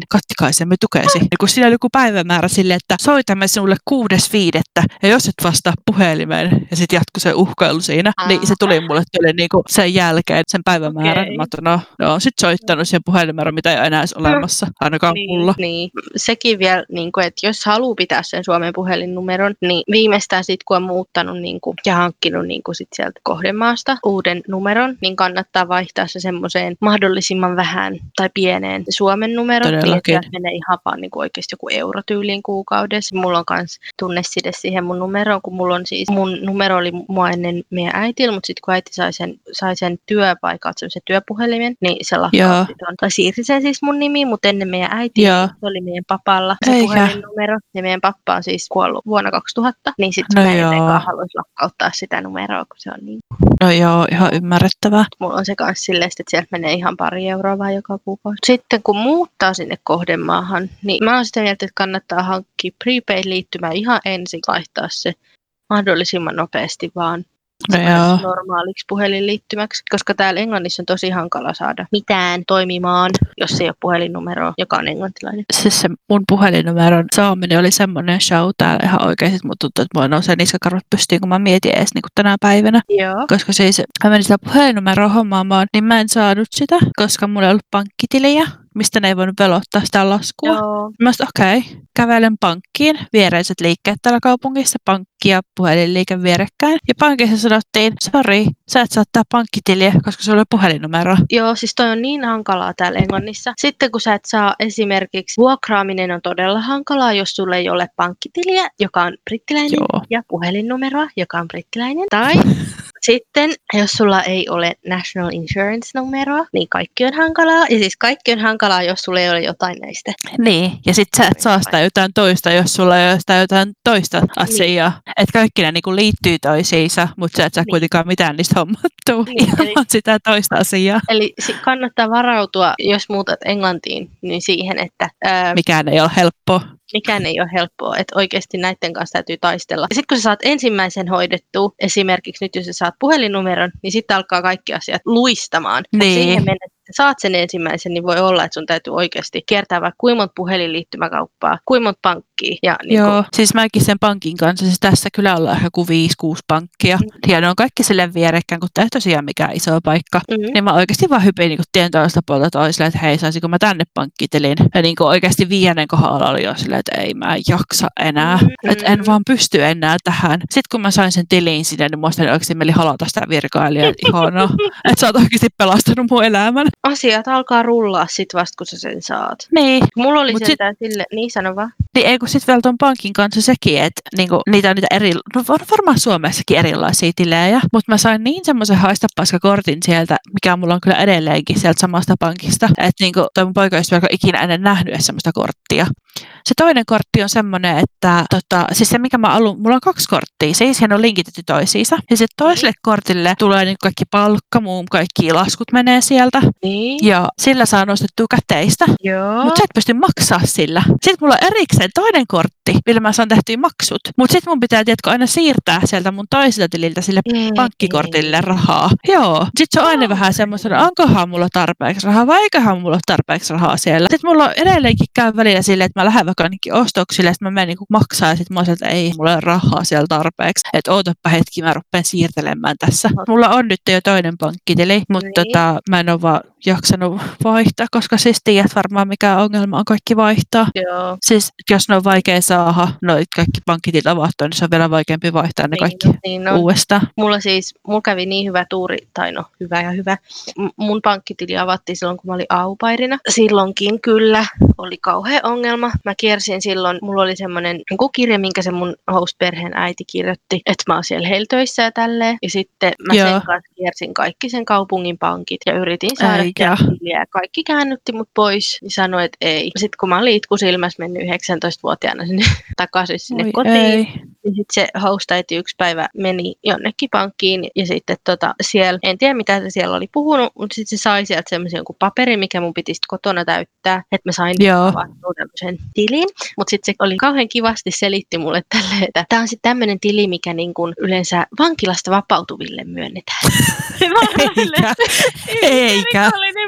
Kattikaisen me tukesi. Ja kun siinä oli joku päivämäärä silleen, että soitamme sinulle 6.5. ja jos et vastaa puhelimeen ja sitten jatkui se uhkailu siinä, niin se tuli mulle niinku sen jälkeen sen päivämäärän. Mä oon sitten soittanut sen puhelimen, mitä ei ole enää edes olemassa, ainakaan mulla. Niin. Sekin vielä, niinku, että jos haluaa pitää sen Suomen puhelinnumeron, niin viimeistään sitten kun on muuttanut niinku, ja hankkinut niinku, sit sieltä kohdemaasta uuden numeron, niin kannattaa vaihtaa se semmoiseen mahdollisimman vähän tai pieneen Suomen numeroon. Todellakin. Niin, menee ihan vaan niinku, oikeasti joku eurotyyliin kuukaudessa. Mulla on myös tunneside siihen mun numeroon, kun mulla on siis, mun numero oli mua ennen meidän äitillä, mutta sitten kun äiti sai sen työpaikan, semmoisen työpuhelimen, niin se lakkautti tai siirsi sen siis mun nimiin, mutta ennen meidän äitiä se oli meidän papalla se puhelinnumero. Ja meidän pappa on siis kuollut vuonna 2000, niin sitten mä etenkaan haluaisi lakkauttaa sitä numeroa, kun se on niin. No joo, ihan ymmärrettävää. Mulla on se kanssa silleen, että sieltä menee ihan pari euroa vaan joka kuukausi. Sitten kun muuttaa sinne kohdemaahan, niin mä oon sitä mieltä, että kannattaa hankkia prepaid-liittymä ihan ensin, vaihtaa se mahdollisimman nopeasti vaan normaaliksi puhelinliittymäksi, koska täällä Englannissa on tosi hankala saada mitään toimimaan, jos ei ole puhelinnumeroa, joka on englantilainen. Siis se mun puhelinnumeron saaminen oli semmoinen show täällä ihan oikeasti, mutta tuntuu, että mulla nousee niskakarvat pystyyn, kun mä mietin edes niin kuin tänä päivänä. Joo. Koska siis mä menin sitä puhelinnumeroa hommaamaan, niin mä en saanut sitä, koska mulla ei ollut pankkitiliä, mistä ne ei voinut velottaa sitä laskua. Joo. Mä sanoin, kävelen pankkiin, viereiset liikkeet täällä kaupungissa, pankki ja puhelinliike vierekkäin. Ja pankissa sanottiin, sori, sä et saa tää pankkitiliä, koska se oli puhelinnumero. Joo, siis toi on niin hankalaa täällä Englannissa. Sitten kun sä et saa esimerkiksi, vuokraaminen on todella hankalaa, jos sulle ei ole pankkitiliä, joka on brittiläinen, ja puhelinnumeroa, joka on brittiläinen. Tai sitten, jos sulla ei ole National Insurance-numeroa, niin kaikki on hankalaa. Ja siis kaikki on hankalaa, jos sulla ei ole jotain näistä. Niin, ja sitten sä et saa sitä jotain toista, jos sulla ei ole sitä jotain toista asiaa. Niin. Että kaikki ne niinku liittyy toisiinsa, mutta sä et saa kuitenkaan mitään niistä hommattua ilman sitä toista asiaa. Eli kannattaa varautua, jos muutat Englantiin, niin siihen, että mikään ei ole helppoa. Mikään ei ole helppoa, että oikeasti näiden kanssa täytyy taistella. Sitten kun sä saat ensimmäisen hoidettua, esimerkiksi nyt jos sä saat puhelinnumeron, niin sitten alkaa kaikki asiat luistamaan. Niin. Siihen mennessä, että saat sen ensimmäisen, niin voi olla, että sun täytyy oikeasti kiertää vaikka kuinka monta puhelinliittymäkauppaa, kuinka monta pankkia. Ja joo, siis mäkin sen pankin kanssa, siis tässä kyllä ollaan joku 5-6 pankkia. Ja ne on kaikki silleen vierekkään, kun tämä ei tosiaan mikään iso paikka. Niin mä oikeasti vaan hypin niin tien toista puolta toiselle, että hei, saisinko mä tänne pankkitilin. Ja niin oikeasti 5. kohdalla oli jo silleen, että ei mä jaksa enää. Että en vaan pysty enää tähän. Sitten kun mä sain sen tilin sinne, niin muistan oikeasti mieli halata sitä virkailijaa. Ihanaa, että sä oot oikeasti pelastanut mun elämän. Asiat alkaa rullaa sit vasta, kun sä sen saat. Niin. Mulla oli sentään sille, niin sano vaan. Niin ei kun sit vielä tuon pankin kanssa sekin, että niinku, niitä on varmaan Suomessakin erilaisia tilejä, mutta mä sain niin semmoisen haistapaskakortin sieltä, mikä mulla on kyllä edelleenkin sieltä samasta pankista, että niinku, toi mun poikaystävä ei ikinä ennen nähnyt edes semmoista korttia. Se toinen kortti on semmoinen, että siis se mikä mulla on 2 korttia, siis on linkitetty toisiinsa. Ja sitten toiselle kortille tulee niin kaikki palkka, kaikki laskut menee sieltä. Niin. Ja sillä saa nostettua käteistä. Mutta sä et pysty maksaa sillä. Sitten mulla on erikseen toinen kortti, millä mä saan tehtyä maksut. Mutta sitten mun pitää aina siirtää sieltä mun toiselta tililtä sille pankkikortille rahaa. Joo. Sitten se on aina vähän semmoisena, onkohan mulla tarpeeksi rahaa vai eiköhän mulla ole tarpeeksi rahaa siellä. Sitten mulla on edelleenkin käy välillä silleen, että mä lähden vaikka ainakin ostoksille, että mä menen niin maksaa ja sitten mä oon sieltä, että ei mulla ole rahaa siellä tarpeeksi. Että ootapa hetki, mä rupean siirtelemään tässä. Mulla on nyt jo toinen pankkitili, mutta mä en ole vaan jaksanut vaihtaa, koska siis tiedät varmaan mikä ongelma on kaikki vaihtaa. Joo. Siis jos ne on vaikea saada, kaikki pankkitilit avattua, niin se on vielä vaikeampi vaihtaa ne kaikki uudestaan. Mulla kävi niin hyvä tuuri, tai no hyvä ja hyvä. Mun pankkitili avattiin silloin, kun mä olin au-pairina. Silloinkin kyllä oli kauhea ongelma. Mä kiersin silloin, mulla oli semmoinen kirja, minkä se mun host-perheen äiti kirjoitti, että mä oon siellä heillä töissä ja tälleen. Ja sitten mä sen kanssa kiersin kaikki sen kaupungin pankit ja yritin saada tiliä. Kaikki käännytti mut pois ja sanoi, että ei. Sitten kun mä olin itkusilmässä mennyt 19-vuotiaana sinne takaisin sinne kotiin, niin sitten se host-äiti yksi päivä meni jonnekin pankkiin ja sitten siellä, en tiedä mitä se siellä oli puhunut, mutta sitten se sai sieltä semmoisen jonkun paperin, mikä mun piti kotona täyttää, että mä sain avattua tämmöisen tilin. Mutta sitten se oli kauhean kivasti selitti mulle tälleen, että tämä on sitten tämmöinen tili, mikä niin kuin yleensä vankilasta vapautuville myönnetään. Eikä.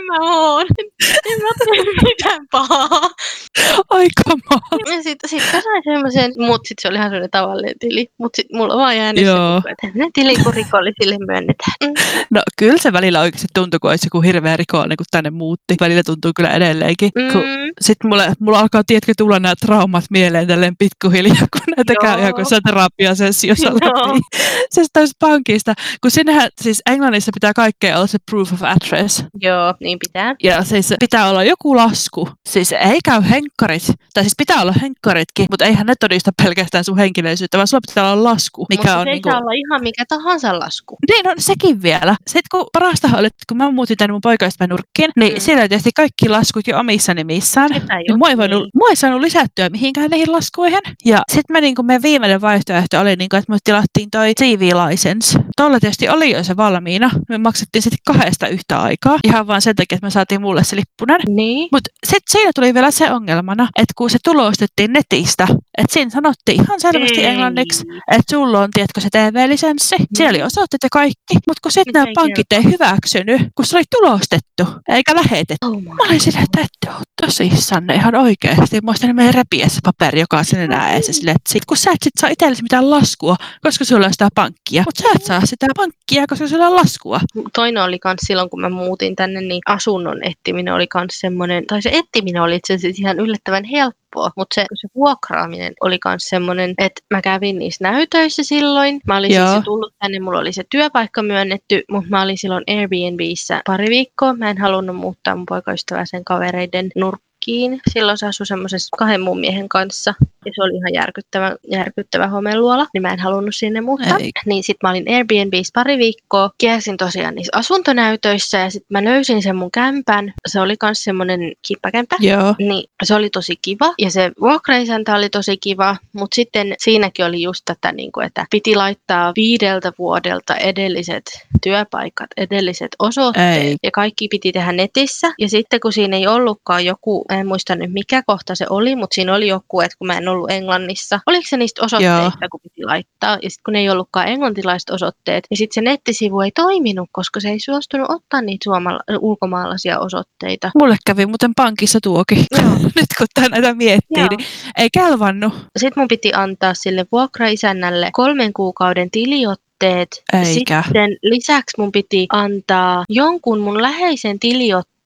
mä oon. En mä tee mitään pahaa. Aika maa. Ja sit mä sain semmoisen, mut sit se oli ihan semmoinen tavallinen tili. Mut sit mulla vaan jäänyt se, että tämmönen tili kun rikollisille myönnetään. No kyllä se välillä oikeasti tuntui, kun olisi joku hirveä rikollinen, kun tänne muutti. Välillä tuntuu kyllä edelleenkin. Sitten mulla alkaa tietenkin tulla nämä traumat mieleen tälleen pikkuhiljaa, kun näitä käy ihan kuin se terapiasessiossa läpi. Se taisi pankista, kun sinnehän siis Englannissa pitää kaikkea olla se proof of address. Joo, niin pitää. Ja siis pitää olla joku lasku. Siis ei käy henkkarit, tai siis pitää olla henkkaritkin, mutta eihän ne todista pelkästään sun henkilöisyyttä, vaan sulla pitää olla lasku. Mutta se ei saa olla ihan mikä tahansa lasku. Niin, no sekin vielä. Sitten kun parastahan oli, kun mä muutin tänne mun poikaystävän nurkkiin, niin siellä oli tehty kaikki laskut jo omissa nimissään. Niin mua ei saanut lisättyä mihinkään niihin laskuihin. Ja sitten meidän viimeinen vaihtoehto oli, että me tilattiin toi TV-license. Tuolla tietysti oli jo se valmiina. Me maksettiin sitten 2 yhtä aikaa. Ihan vaan sen takia, että me saatiin mulle se lippunen. Niin. Mutta sitten siinä tuli vielä se ongelmana, että kun se tulostettiin netistä, että siinä sanottiin ihan selvästi englanniksi, että sulla on, tiedätkö, se TV-lisenssi. Siellä oli osoitteet ja kaikki. Mutta kun sitten nämä pankit ei hyväksynyt, kun se oli tulostettu eikä lähetetty. Mä olin silleen, että ette ole tosissanne ihan oikeasti. Mä olisin meidän repiä se paperi, joka on sinne näessä silleen, että kun sä et sit saa itsellesi mitään laskua, koska sulla on sitä pankkia. Mutta sä et saa sitä pankkia, koska sulla on laskua. Toinen oli kans silloin, kun mä muutin tänne, niin asunnon etsiminen oli kans semmoinen, tai se etsiminen oli itse asiassa ihan yllättävän helppoa, mutta se vuokraaminen oli kans semmoinen, että mä kävin niissä näytöissä silloin. Mä olin siis jo tullut tänne, mulla oli se työpaikka myönnetty, mutta mä olin silloin Airbnbissä pari viikkoa. Mä en halunnut muuttaa mun poikaystävän sen kavereiden nurkkiin. Silloin se asui semmoisessa 2 muun miehen kanssa. Ja se oli ihan järkyttävä homeluola, niin mä en halunnut sinne muuttaa. Niin sit mä olin Airbnbissä pari viikkoa, kiersin tosiaan niissä asuntonäytöissä ja sit mä löysin sen mun kämpän. Se oli kans semmonen kippakämpä. Joo. Niin se oli tosi kiva ja se vuokraisäntä oli tosi kiva, mutta sitten siinäkin oli just tätä, että piti laittaa 5 vuodelta edelliset työpaikat, edelliset osoitteet ja kaikki piti tehdä netissä. Ja sitten kun siinä ei ollutkaan joku, en muista nyt mikä kohta se oli, mutta siinä oli joku, että kun mä en ollut Englannissa. Oliko se niistä osoitteista, kun piti laittaa? Ja sitten kun ne ei ollutkaan englantilaiset osoitteet, niin sitten se nettisivu ei toiminut, koska se ei suostunut ottaa niitä ulkomaalaisia osoitteita. Mulle kävi muuten pankissa tuokin. Nyt kun tää näitä miettii, niin ei kelvannut. Sitten mun piti antaa sille vuokraisännälle 3 kuukauden tiliotteet. Eikä. Sitten lisäksi mun piti antaa jonkun mun läheisen tiliotteet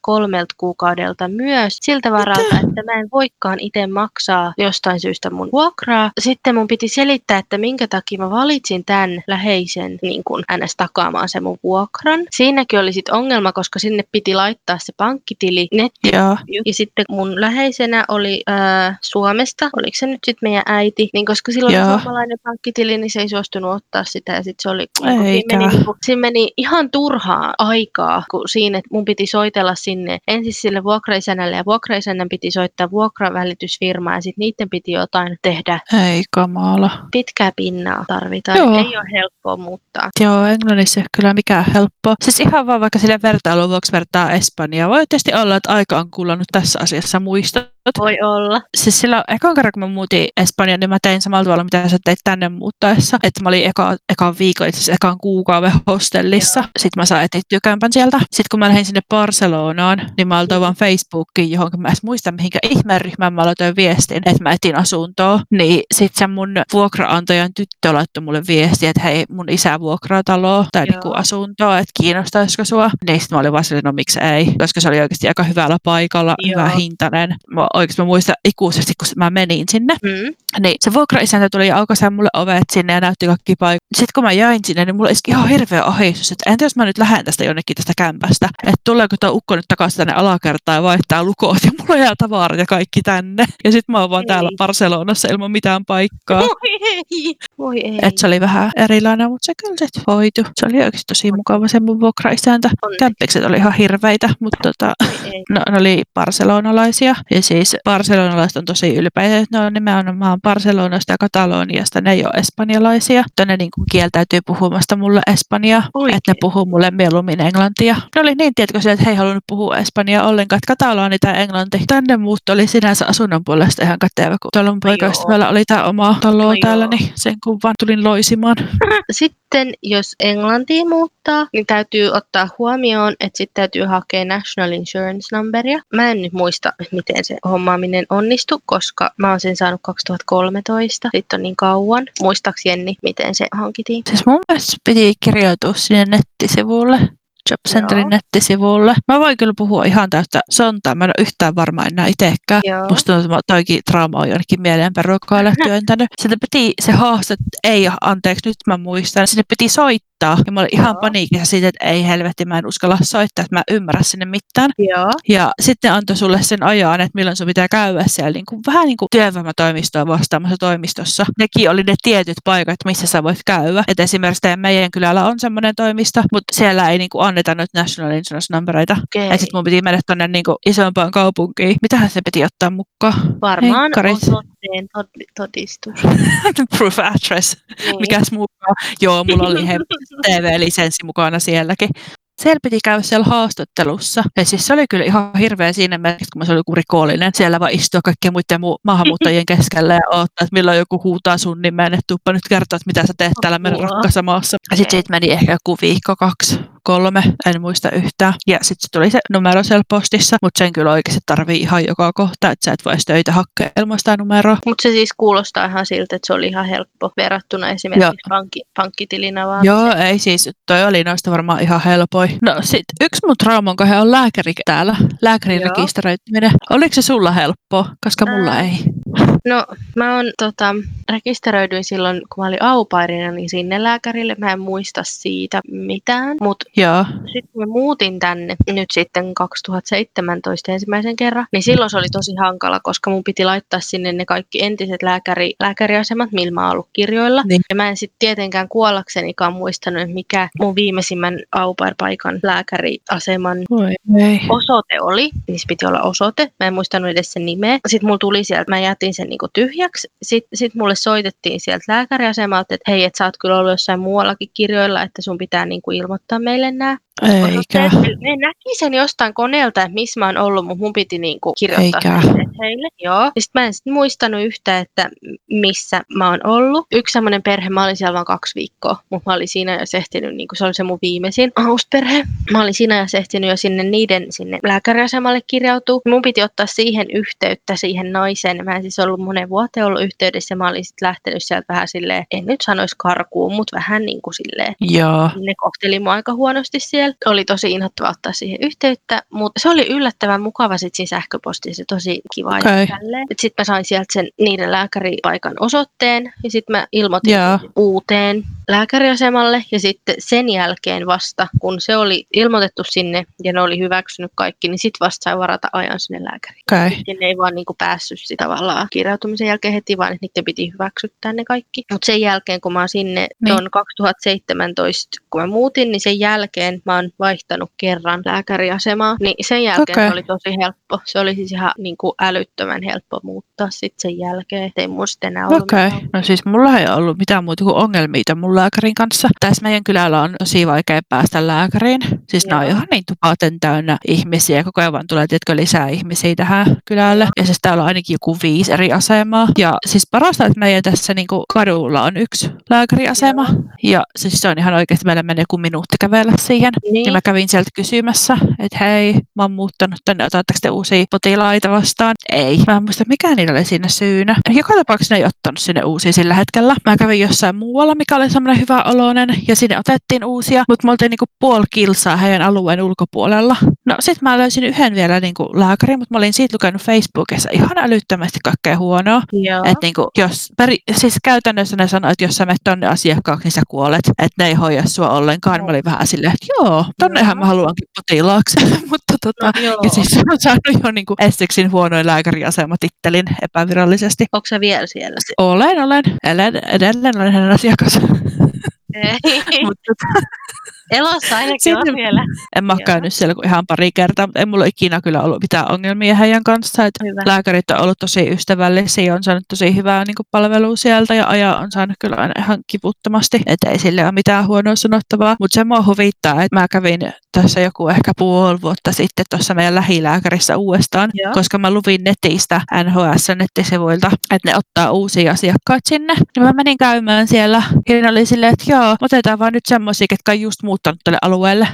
3 kuukaudelta myös siltä varalta, että mä en voikaan itse maksaa jostain syystä mun vuokraa. Sitten mun piti selittää, että minkä takia mä valitsin tämän läheisen niin kun ns. Takaamaan sen mun vuokran. Siinäkin oli sit ongelma, koska sinne piti laittaa se pankkitili netti. Ja sitten mun läheisenä oli Suomesta, oliko se nyt sitten meidän äiti, niin koska silloin oli suomalainen pankkitili, niin se ei suostunut ottaa sitä. Ja sitten se oli, siinä meni ihan turhaa aikaa, kun siinä, että mun piti soitella sinne ensin sille vuokraisännälle ja vuokraisännän piti soittaa vuokravälitysfirmaa ja sitten niiden piti jotain tehdä. Ei kamala. Pitkää pinnaa tarvitaan. Ei ole helppoa muuttaa. Joo, Englannissa ei ole kyllä mikään helppoa. Siis ihan vaan vaikka sille vertailun vuoksi vertaa Espanjaa. Voi tietysti olla, että aika on kuulannut tässä asiassa muistot. Voi olla. Siis silloin ekan kerran, kun mä muutin Espanjaan, niin mä tein samalla tavalla, mitä sä teit tänne muuttaessa. Että mä olin ekan viikon, itse asiassa ekan kuukauden hostellissa. Sitten mä sain etittyä kämpän sieltä. Sitten kun mä lähdin sinne Barcelonaan, niin mä laitoin vaan Facebookiin, johon mä en muista mihinkä ihmeen ryhmään mä laitoin viestin, että mä etin asuntoa. Niin sit se mun vuokraantajan tyttö laittoi mulle viestiä, että hei, mun isä vuokraa taloa tai niinku asuntoa, että kiinnostaisiko sua. Niin sit mä olin vaan silleen, no miksi ei, koska se oli oikeasti aika hyvällä paikalla, hyvä hintainen. Oikeasti mä muistan ikuisesti, kun mä menin sinne, niin se vuokraisäntä tuli ja aukaisi mulle ovet sinne ja näytti kaikki paikkoja. Sitten kun mä jäin sinne, niin mulla iski ihan hirveä ahdistus, että entä jos mä nyt lähden tästä jonnekin tästä kämpästä, että tuleeko tuo ukko nyt takaisin tänne alakertaan ja vaihtaa lukot ja mulla jää tavarat ja kaikki tänne. Ja sit mä oon vaan täällä Barcelonassa ilman mitään paikkaa. Voi ei. Että se oli vähän erilainen, mutta se kyllä sitten hoitui. Se oli oikeasti tosi mukava se mun vuokraisäntä. Kämppikset oli ihan hirveitä, mutta ne oli barcelonalaisia. Ja siis barcelonalaiset on tosi ylpeitä, että ne on nimenomaan Barcelonasta ja Kataloniasta, ne ei ole espanjalaisia. Ne niin kuin kieltäytyy puhumasta mulle espanjaa, että ne puhuu mulle mieluummin englantia. Ne oli niin tietoisia, että he ei halunnut puhua espanjaa ollenkaan, että kataloni tai englanti. Tänne muutto oli sinänsä asunnon puolesta ihan kätevä, kun tuolla mun poikaystävällä oli tämä oma talo täällä, niin sen kun vaan tulin loisimaan. Sitten jos Englantiin muuttaa, ottaa, niin täytyy ottaa huomioon, että sitten täytyy hakea National Insurance Numberia. Mä en nyt muista, miten se hommaaminen onnistui, koska mä oon sen saanut 2013. Sitten on niin kauan. Muistaaks Jenni, miten se hankitiin? Siis mun mielestä piti kirjautua sinne nettisivulle. Jobcenterin nettisivulle. Mä voin kyllä puhua ihan täyttä sontaa. Mä en ole yhtään varma enää itsekään. Musta tuntuu, että toikin trauma on jonnekin mieleenperukoille työntänyt. Sitten piti se anteeksi, nyt mä muistan. Sinne piti soittaa. Ja mä olin ihan paniikissa siitä, että ei helvetti, mä en uskalla soittaa, että mä ymmärrä sinne mitään. Ja sitten antoi sulle sen ajan, että milloin sun pitää käydä siellä vähän niin kuin työvoimatoimistoa vastaamassa toimistossa. Nekin oli ne tietyt paikat, missä sä voit käydä. Et esimerkiksi meidän kylällä on semmoinen toimisto, mutta siellä ei anneta nyt National Insurance Numbereita. Ja sitten mun piti mennä tonne isompaan kaupunkiin. Mitähän se piti ottaa mukaan? Varmaan osoitteen todistus. Proof address. Niin. Mikäs mukaan? Joo, mulla oli TV-lisenssi mukana sielläkin. Siellä piti käydä siellä haastattelussa. Ja siis se oli kyllä ihan hirveä siinä mielessä, kun se oli joku rikollinen. Siellä vaan istua kaikkien muiden maahanmuuttajien keskellä ja odottaa, että milloin joku huutaa sun nimeen, että tuuppa nyt kertoa, että mitä sä teet täällä meidän rakkaassa maassa. Ja sitten siitä meni ehkä joku viikko, 2, 3, en muista yhtään. Ja sitten tuli se numero siellä postissa, mutta sen kyllä oikeasti tarvii ihan joka kohta, että sä et voisi töitä hakea ilman sitä numeroa. Mutta se siis kuulostaa ihan siltä, että se oli ihan helppo verrattuna esimerkiksi pankkitilin avaamiseen. Joo, ei siis, toi oli noista varmaan ihan helpoi. No sit yksi mun trauman kohde on lääkäri täällä, lääkärin rekisteröityminen. Oliko se sulla helppoa, koska mulla ei? No mä rekisteröidyin silloin, kun mä olin au-pairina, niin sinne lääkärille. Mä en muista siitä mitään, mutta sitten kun mä muutin tänne nyt sitten 2017 ensimmäisen kerran, niin silloin se oli tosi hankala, koska mun piti laittaa sinne ne kaikki entiset lääkäriasemat, millä mä oon ollut kirjoilla. Niin. Ja mä en sitten tietenkään kuollaksenikaan muistanut, mikä mun viimeisimmän au-pair-paikan lääkäriaseman osoite oli. Niissä piti olla osoite. Mä en muistanut edes sen nimeä. Sitten mulla tuli sieltä, mä jätin sen niinku tyhjäksi. Sitten mulle soitettiin sieltä lääkäriasemalta, että hei, et sä oot kyllä ollut jossain muuallakin kirjoilla, että sun pitää niinku ilmoittaa meille nämä. Eikä. Ne näki sen jostain koneelta, että missä mä oon ollut, mutta mun piti niinku kirjoittaa heille. Joo. Sitten mä en sit muistanut yhtään, että missä mä oon ollut. Yksi semmoinen perhe, mä olin siellä vain 2 viikkoa, mutta mä olin siinä jo sehtinyt, niinku se oli se mun viimeisin hausperhe. Mä olin siinä jo sehtinyt jo sinne lääkäriasemalle kirjautua. Mun piti ottaa siihen yhteyttä, siihen naiseen. Mä en siis ollut monen vuoteen ollut yhteydessä. Mä olin sitten lähtenyt sieltä vähän silleen, en nyt sanoisi karkuun, mutta vähän niin kuin silleen. Joo. Ne kohteli mua aika huonosti siellä. Oli tosi inhottava ottaa siihen yhteyttä, mutta se oli yllättävän mukava sitten siinä sähköpostissa, tosi kiva. Sitten mä sain sieltä niiden lääkäripaikan osoitteen ja sitten mä ilmoitin uuteen lääkäriasemalle ja sitten sen jälkeen vasta, kun se oli ilmoitettu sinne ja ne oli hyväksynyt kaikki, niin sitten vasta sai varata ajan sinne lääkäriin. Sitten ne ei vaan niinku päässyt sitä tavallaan kirjautumisen jälkeen heti, vaan että niiden piti hyväksyttää ne kaikki. Mutta sen jälkeen, kun mä oon sinne tuon 2017, kun mä muutin, niin sen jälkeen mä oon vaihtanut kerran lääkäriasemaa, niin sen jälkeen se oli tosi helppo. Se oli siis ihan niinku älyttömän helppo muuttaa sitten sen jälkeen, ettei mun sitten enää ollut mitään. No siis mulla ei ollut mitään muuta kuin ongelmia mun lääkärin kanssa. Tässä meidän kylällä on tosi vaikea päästä lääkäriin. Siis ne on ihan niin tupaten täynnä ihmisiä. Koko ajan vaan tulee lisää ihmisiä tähän kylälle. Ja siis täällä on ainakin joku 5 eri asemaa. Ja siis parasta, että meidän tässä niinku kadulla on 1 lääkäriasema. Ja siis se on ihan oikeasti, meillä menee joku minuutti kävellä siihen. Ja mä kävin sieltä kysymässä, että hei, mä oon muuttanut tänne, otatteko te uusia potilaita vastaan? Ei. Mä en muista, mikä niillä oli siinä syynä. Joka tapauksessa ne ei ottanut sinne uusia sillä hetkellä. Mä kävin jossain muualla, mikä oli semmoinen hyvä oloinen, ja sinne otettiin uusia, mutta me oltiin niinku 0,5 kilsaa heidän alueen ulkopuolella. No sit mä löysin yhden vielä niinku lääkärin, mutta mä olin siitä lukenut Facebookissa ihan älyttömästi kaikkea huonoa. Että niinku, siis käytännössä ne sanoo, että jos sä menet tonne asiakkaaksi, niin sä kuolet, että ne ei hoida sua ollenkaan. Mä olin vähän silleen, että tonnehan mä haluankin potilaaksi. Mutta ja siis mä oon saanut jo niinku Essexin huonoin lääkäriasematittelin epävirallisesti. Onko sä vielä siellä? Olen. Edelleen olen hänen asiakas. Ei. Elossa ainakin on vielä. En mä ole käynyt siellä kuin ihan pari kertaa, mutta ei mulla ikinä kyllä ollut mitään ongelmia heidän kanssaan. Lääkärit on ollut tosi ystävällisiä, on saanut tosi hyvää niin kuin palvelua sieltä ja aja on saanut kyllä aina ihan kivuttomasti, että ei sille ole mitään huonoa sanottavaa. Mutta se mua huvittaa, että mä kävin tässä joku ehkä 5,5 vuotta sitten tuossa meidän lähilääkärissä uudestaan, koska mä luvin netistä NHS-nettisivuilta, että ne ottaa uusia asiakkaita sinne. Ja mä menin käymään siellä ja oli silleen, että otetaan vaan nyt semmoisia, ketkä on just muuttanut muuttanut tälle alueelle?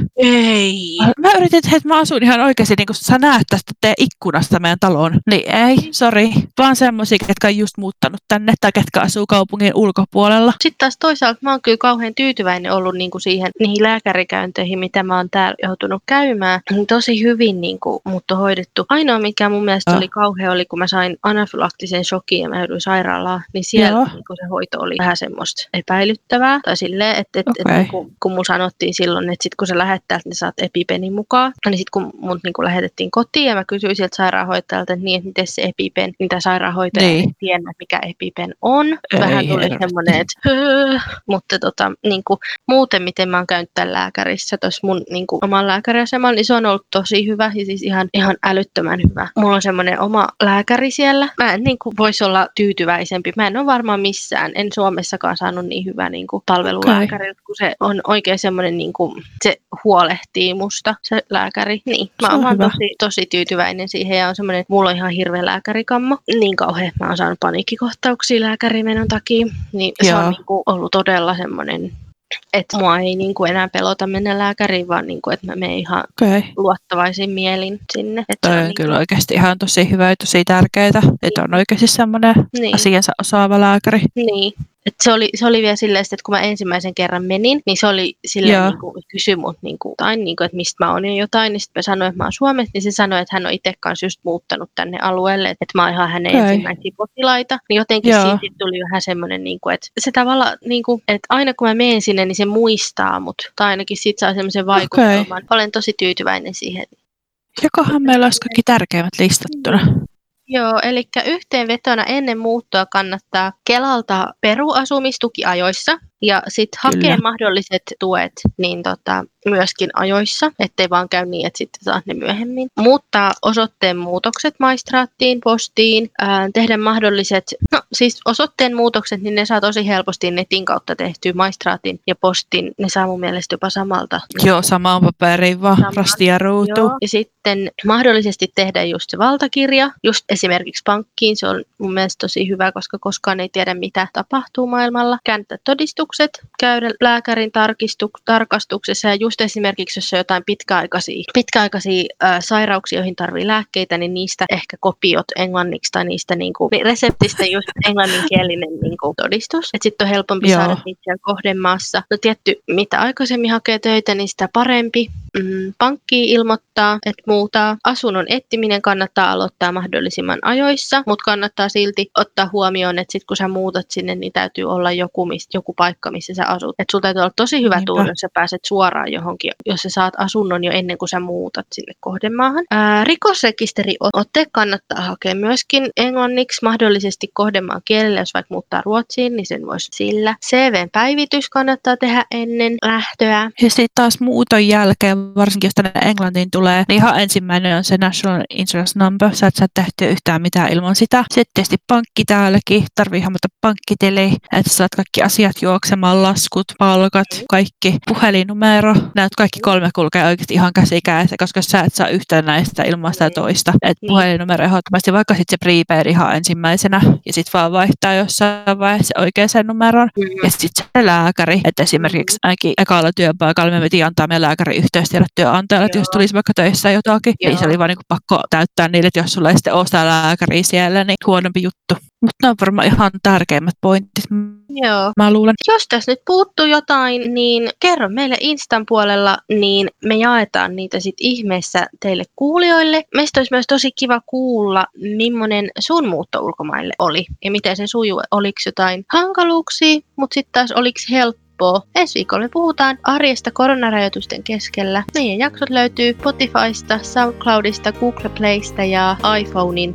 Ei. Mä yritin, että mä asun ihan oikeasti, niin kuin sä näet tästä teidän ikkunasta meidän taloon. Niin ei, sori. Vaan semmoisia, ketkä on just muuttanut tänne tai ketkä asuu kaupungin ulkopuolella. Sitten taas toisaalta mä oon kyllä kauhean tyytyväinen ollut niinku niihin lääkärikäynteihin, mitä mä oon täällä joutunut käymään. Tosi hyvin niinku, mut on hoidettu. Ainoa, mikä mun mielestä oli kauhea, oli kun mä sain anafylaktisen shokin ja mä joudun sairaalaan, niin siellä niinku se hoito oli vähän semmoista epäilyttävää. Tai silleen, että niinku, kun mun sanottiin silloin, että sit kun sä lähet täältä, niin saat EpiPenin mukaan. Niin sit kun mut niinku lähetettiin kotiin ja mä kysyin sieltä sairaanhoitajalta, että niin, että miten se EpiPen, niin tää sairaanhoitaja ei tiedä, mikä EpiPen on. Vähän tuli semmoinen, että mutta niinku, muuten miten mä oon käynyt tämän lääkärissä tuossa mun niinku, oman lääkäriasemalla, niin se on ollut tosi hyvä ja siis ihan älyttömän hyvä. Mulla on semmoinen oma lääkäri siellä. Mä en niinku, voisi olla tyytyväisempi. Mä en ole varmaan missään, en Suomessakaan saanut niin hyvä niinku, palvelulääkäri, kun se on oikein semmoinen, niinku, se huolehtii musta, se lääkäri. Niin, mä oon tosi tyytyväinen siihen ja on semmoinen, mulla on ihan hirveä lääkärikammo. Niin kauhean, mä oon saanut paniikkikohtauksia lääkärimenon takia. Niin se on niinku, ollut todella semmoinen, että mua ei niinku enää pelota mennä lääkäriin, vaan niinku, että mä menen ihan luottavaisin mielin sinne. Toi on kyllä niinku oikeasti ihan tosi hyvä ja tosi tärkeää, että on oikeasti semmoinen asiansa osaava lääkäri. Niin. Se oli vielä silleen, että kun mä ensimmäisen kerran menin, niin se oli silleen, niinku, kysyi mut, niinku, että mistä mä oon ja jotain. Niin sitten mä sanoin, että mä oon Suomesta, niin se sanoi, että hän on itse kanssa just muuttanut tänne alueelle, että mä oon ihan hänen ensimmäisiä potilaita. Niin jotenkin siitä tuli vähän semmoinen, niinku, että se tavallaan, niinku, että aina kun mä menen sinne, niin se muistaa mut. Tai ainakin siitä saa semmoisen vaikutelman. Olen tosi tyytyväinen siihen. Jokohan meillä olisi kaikki tärkeimmät listattuna. Joo, eli yhteenvetona ennen muuttoa kannattaa Kelalta peruasumistuki ajoissa ja sitten hakea mahdolliset tuet niin myöskin ajoissa, ettei vaan käy niin, että sitten saat ne myöhemmin. Muuttaa osoitteen muutokset maistraattiin, postiin, tehdä mahdolliset, siis osoitteen muutokset, niin ne saa tosi helposti netin kautta tehtyä maistraatin ja postin, ne saa mun mielestä jopa samalta. Joo, samaan paperiin vaan, rasti ja ruutu. Joo. Ja sitten mahdollisesti tehdä just se valtakirja, just esimerkiksi pankkiin, se on mun mielestä tosi hyvä, koska koskaan ei tiedä, mitä tapahtuu maailmalla. Kääntää todistukset, käydä lääkärin tarkastuksessa ja just esimerkiksi, jos on jotain pitkäaikaisia sairauksia, joihin tarvii lääkkeitä, niin niistä ehkä kopiot englanniksi tai niistä niinku, reseptistä just englanninkielinen niinku, todistus. Sitten on helpompi saada niitä siellä kohdemaassa. No tietty, mitä aikaisemmin hakee töitä, niin sitä parempi. Pankkiin ilmoittaa, että muuta. Asunnon etsiminen kannattaa aloittaa mahdollisimman ajoissa, mutta kannattaa silti ottaa huomioon, että sit kun sä muutat sinne, niin täytyy olla joku paikka, missä sä asut. Että sulla täytyy olla tosi hyvä tuuri, jos sä pääset suoraan johonkin, jos sä saat asunnon jo ennen kuin sä muutat sinne kohdemaahan. Rikosrekisteriote kannattaa hakea myöskin englanniksi, mahdollisesti kohdemaan kielellä, jos vaikka muuttaa Ruotsiin, niin sen voisi sillä. CV:n päivitys kannattaa tehdä ennen lähtöä. Ja sitten taas muuton jälkeen, varsinkin jos tänne Englantiin tulee, niin ihan ensimmäinen on se National Insurance Number. Sä et saa tehtyä yhtään mitään ilman sitä. Sitten tietysti pankki täälläkin, tarvii hammata pankkitili, että saat kaikki asiat juoksemaan, laskut, palkat, kaikki, puhelinnumero. Näet kaikki 3 kulkee oikeasti ihan käsikädessä, koska sä et saa yhtään näistä ilman sitä toista. Että puhelinnumero ehdottomasti, vaikka sitten se prepaid ihan ensimmäisenä ja sitten vaan vaihtaa jossain vaiheessa oikeaan numeroon. Ja sitten se lääkäri, että esimerkiksi ainakin ekalla työpaikalla me piti antaa meidän lääkärin yhteystiedot työnantajalle, että jos tulisi vaikka töissä jotakin, niin se oli vaan niin pakko täyttää niille, että jos sulla ei sitten ole sitä lääkäriä siellä, niin huonompi juttu. Mutta ne on varmaan ihan tärkeimmät pointit. Joo. Mä luulen. Jos tässä nyt puuttuu jotain, niin kerro meille Instan puolella, niin me jaetaan niitä sitten ihmeessä teille kuulijoille. Meistä olisi myös tosi kiva kuulla, millainen sun muutto ulkomaille oli ja miten se sujuu. Oliko jotain hankaluuksia, mutta sitten taas oliko helppoa? Ensi viikolla me puhutaan arjesta koronarajoitusten keskellä. Meidän jaksot löytyy Spotifysta, SoundCloudista, Google Playsta ja iPhonein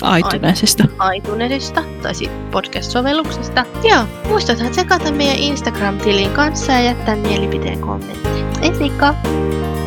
iTunesista tai sitten podcast-sovelluksesta. Joo, muistathan tsekata meidän Instagram-tilin kanssa ja jättää mielipiteen kommentteja. Ensi viikkoa!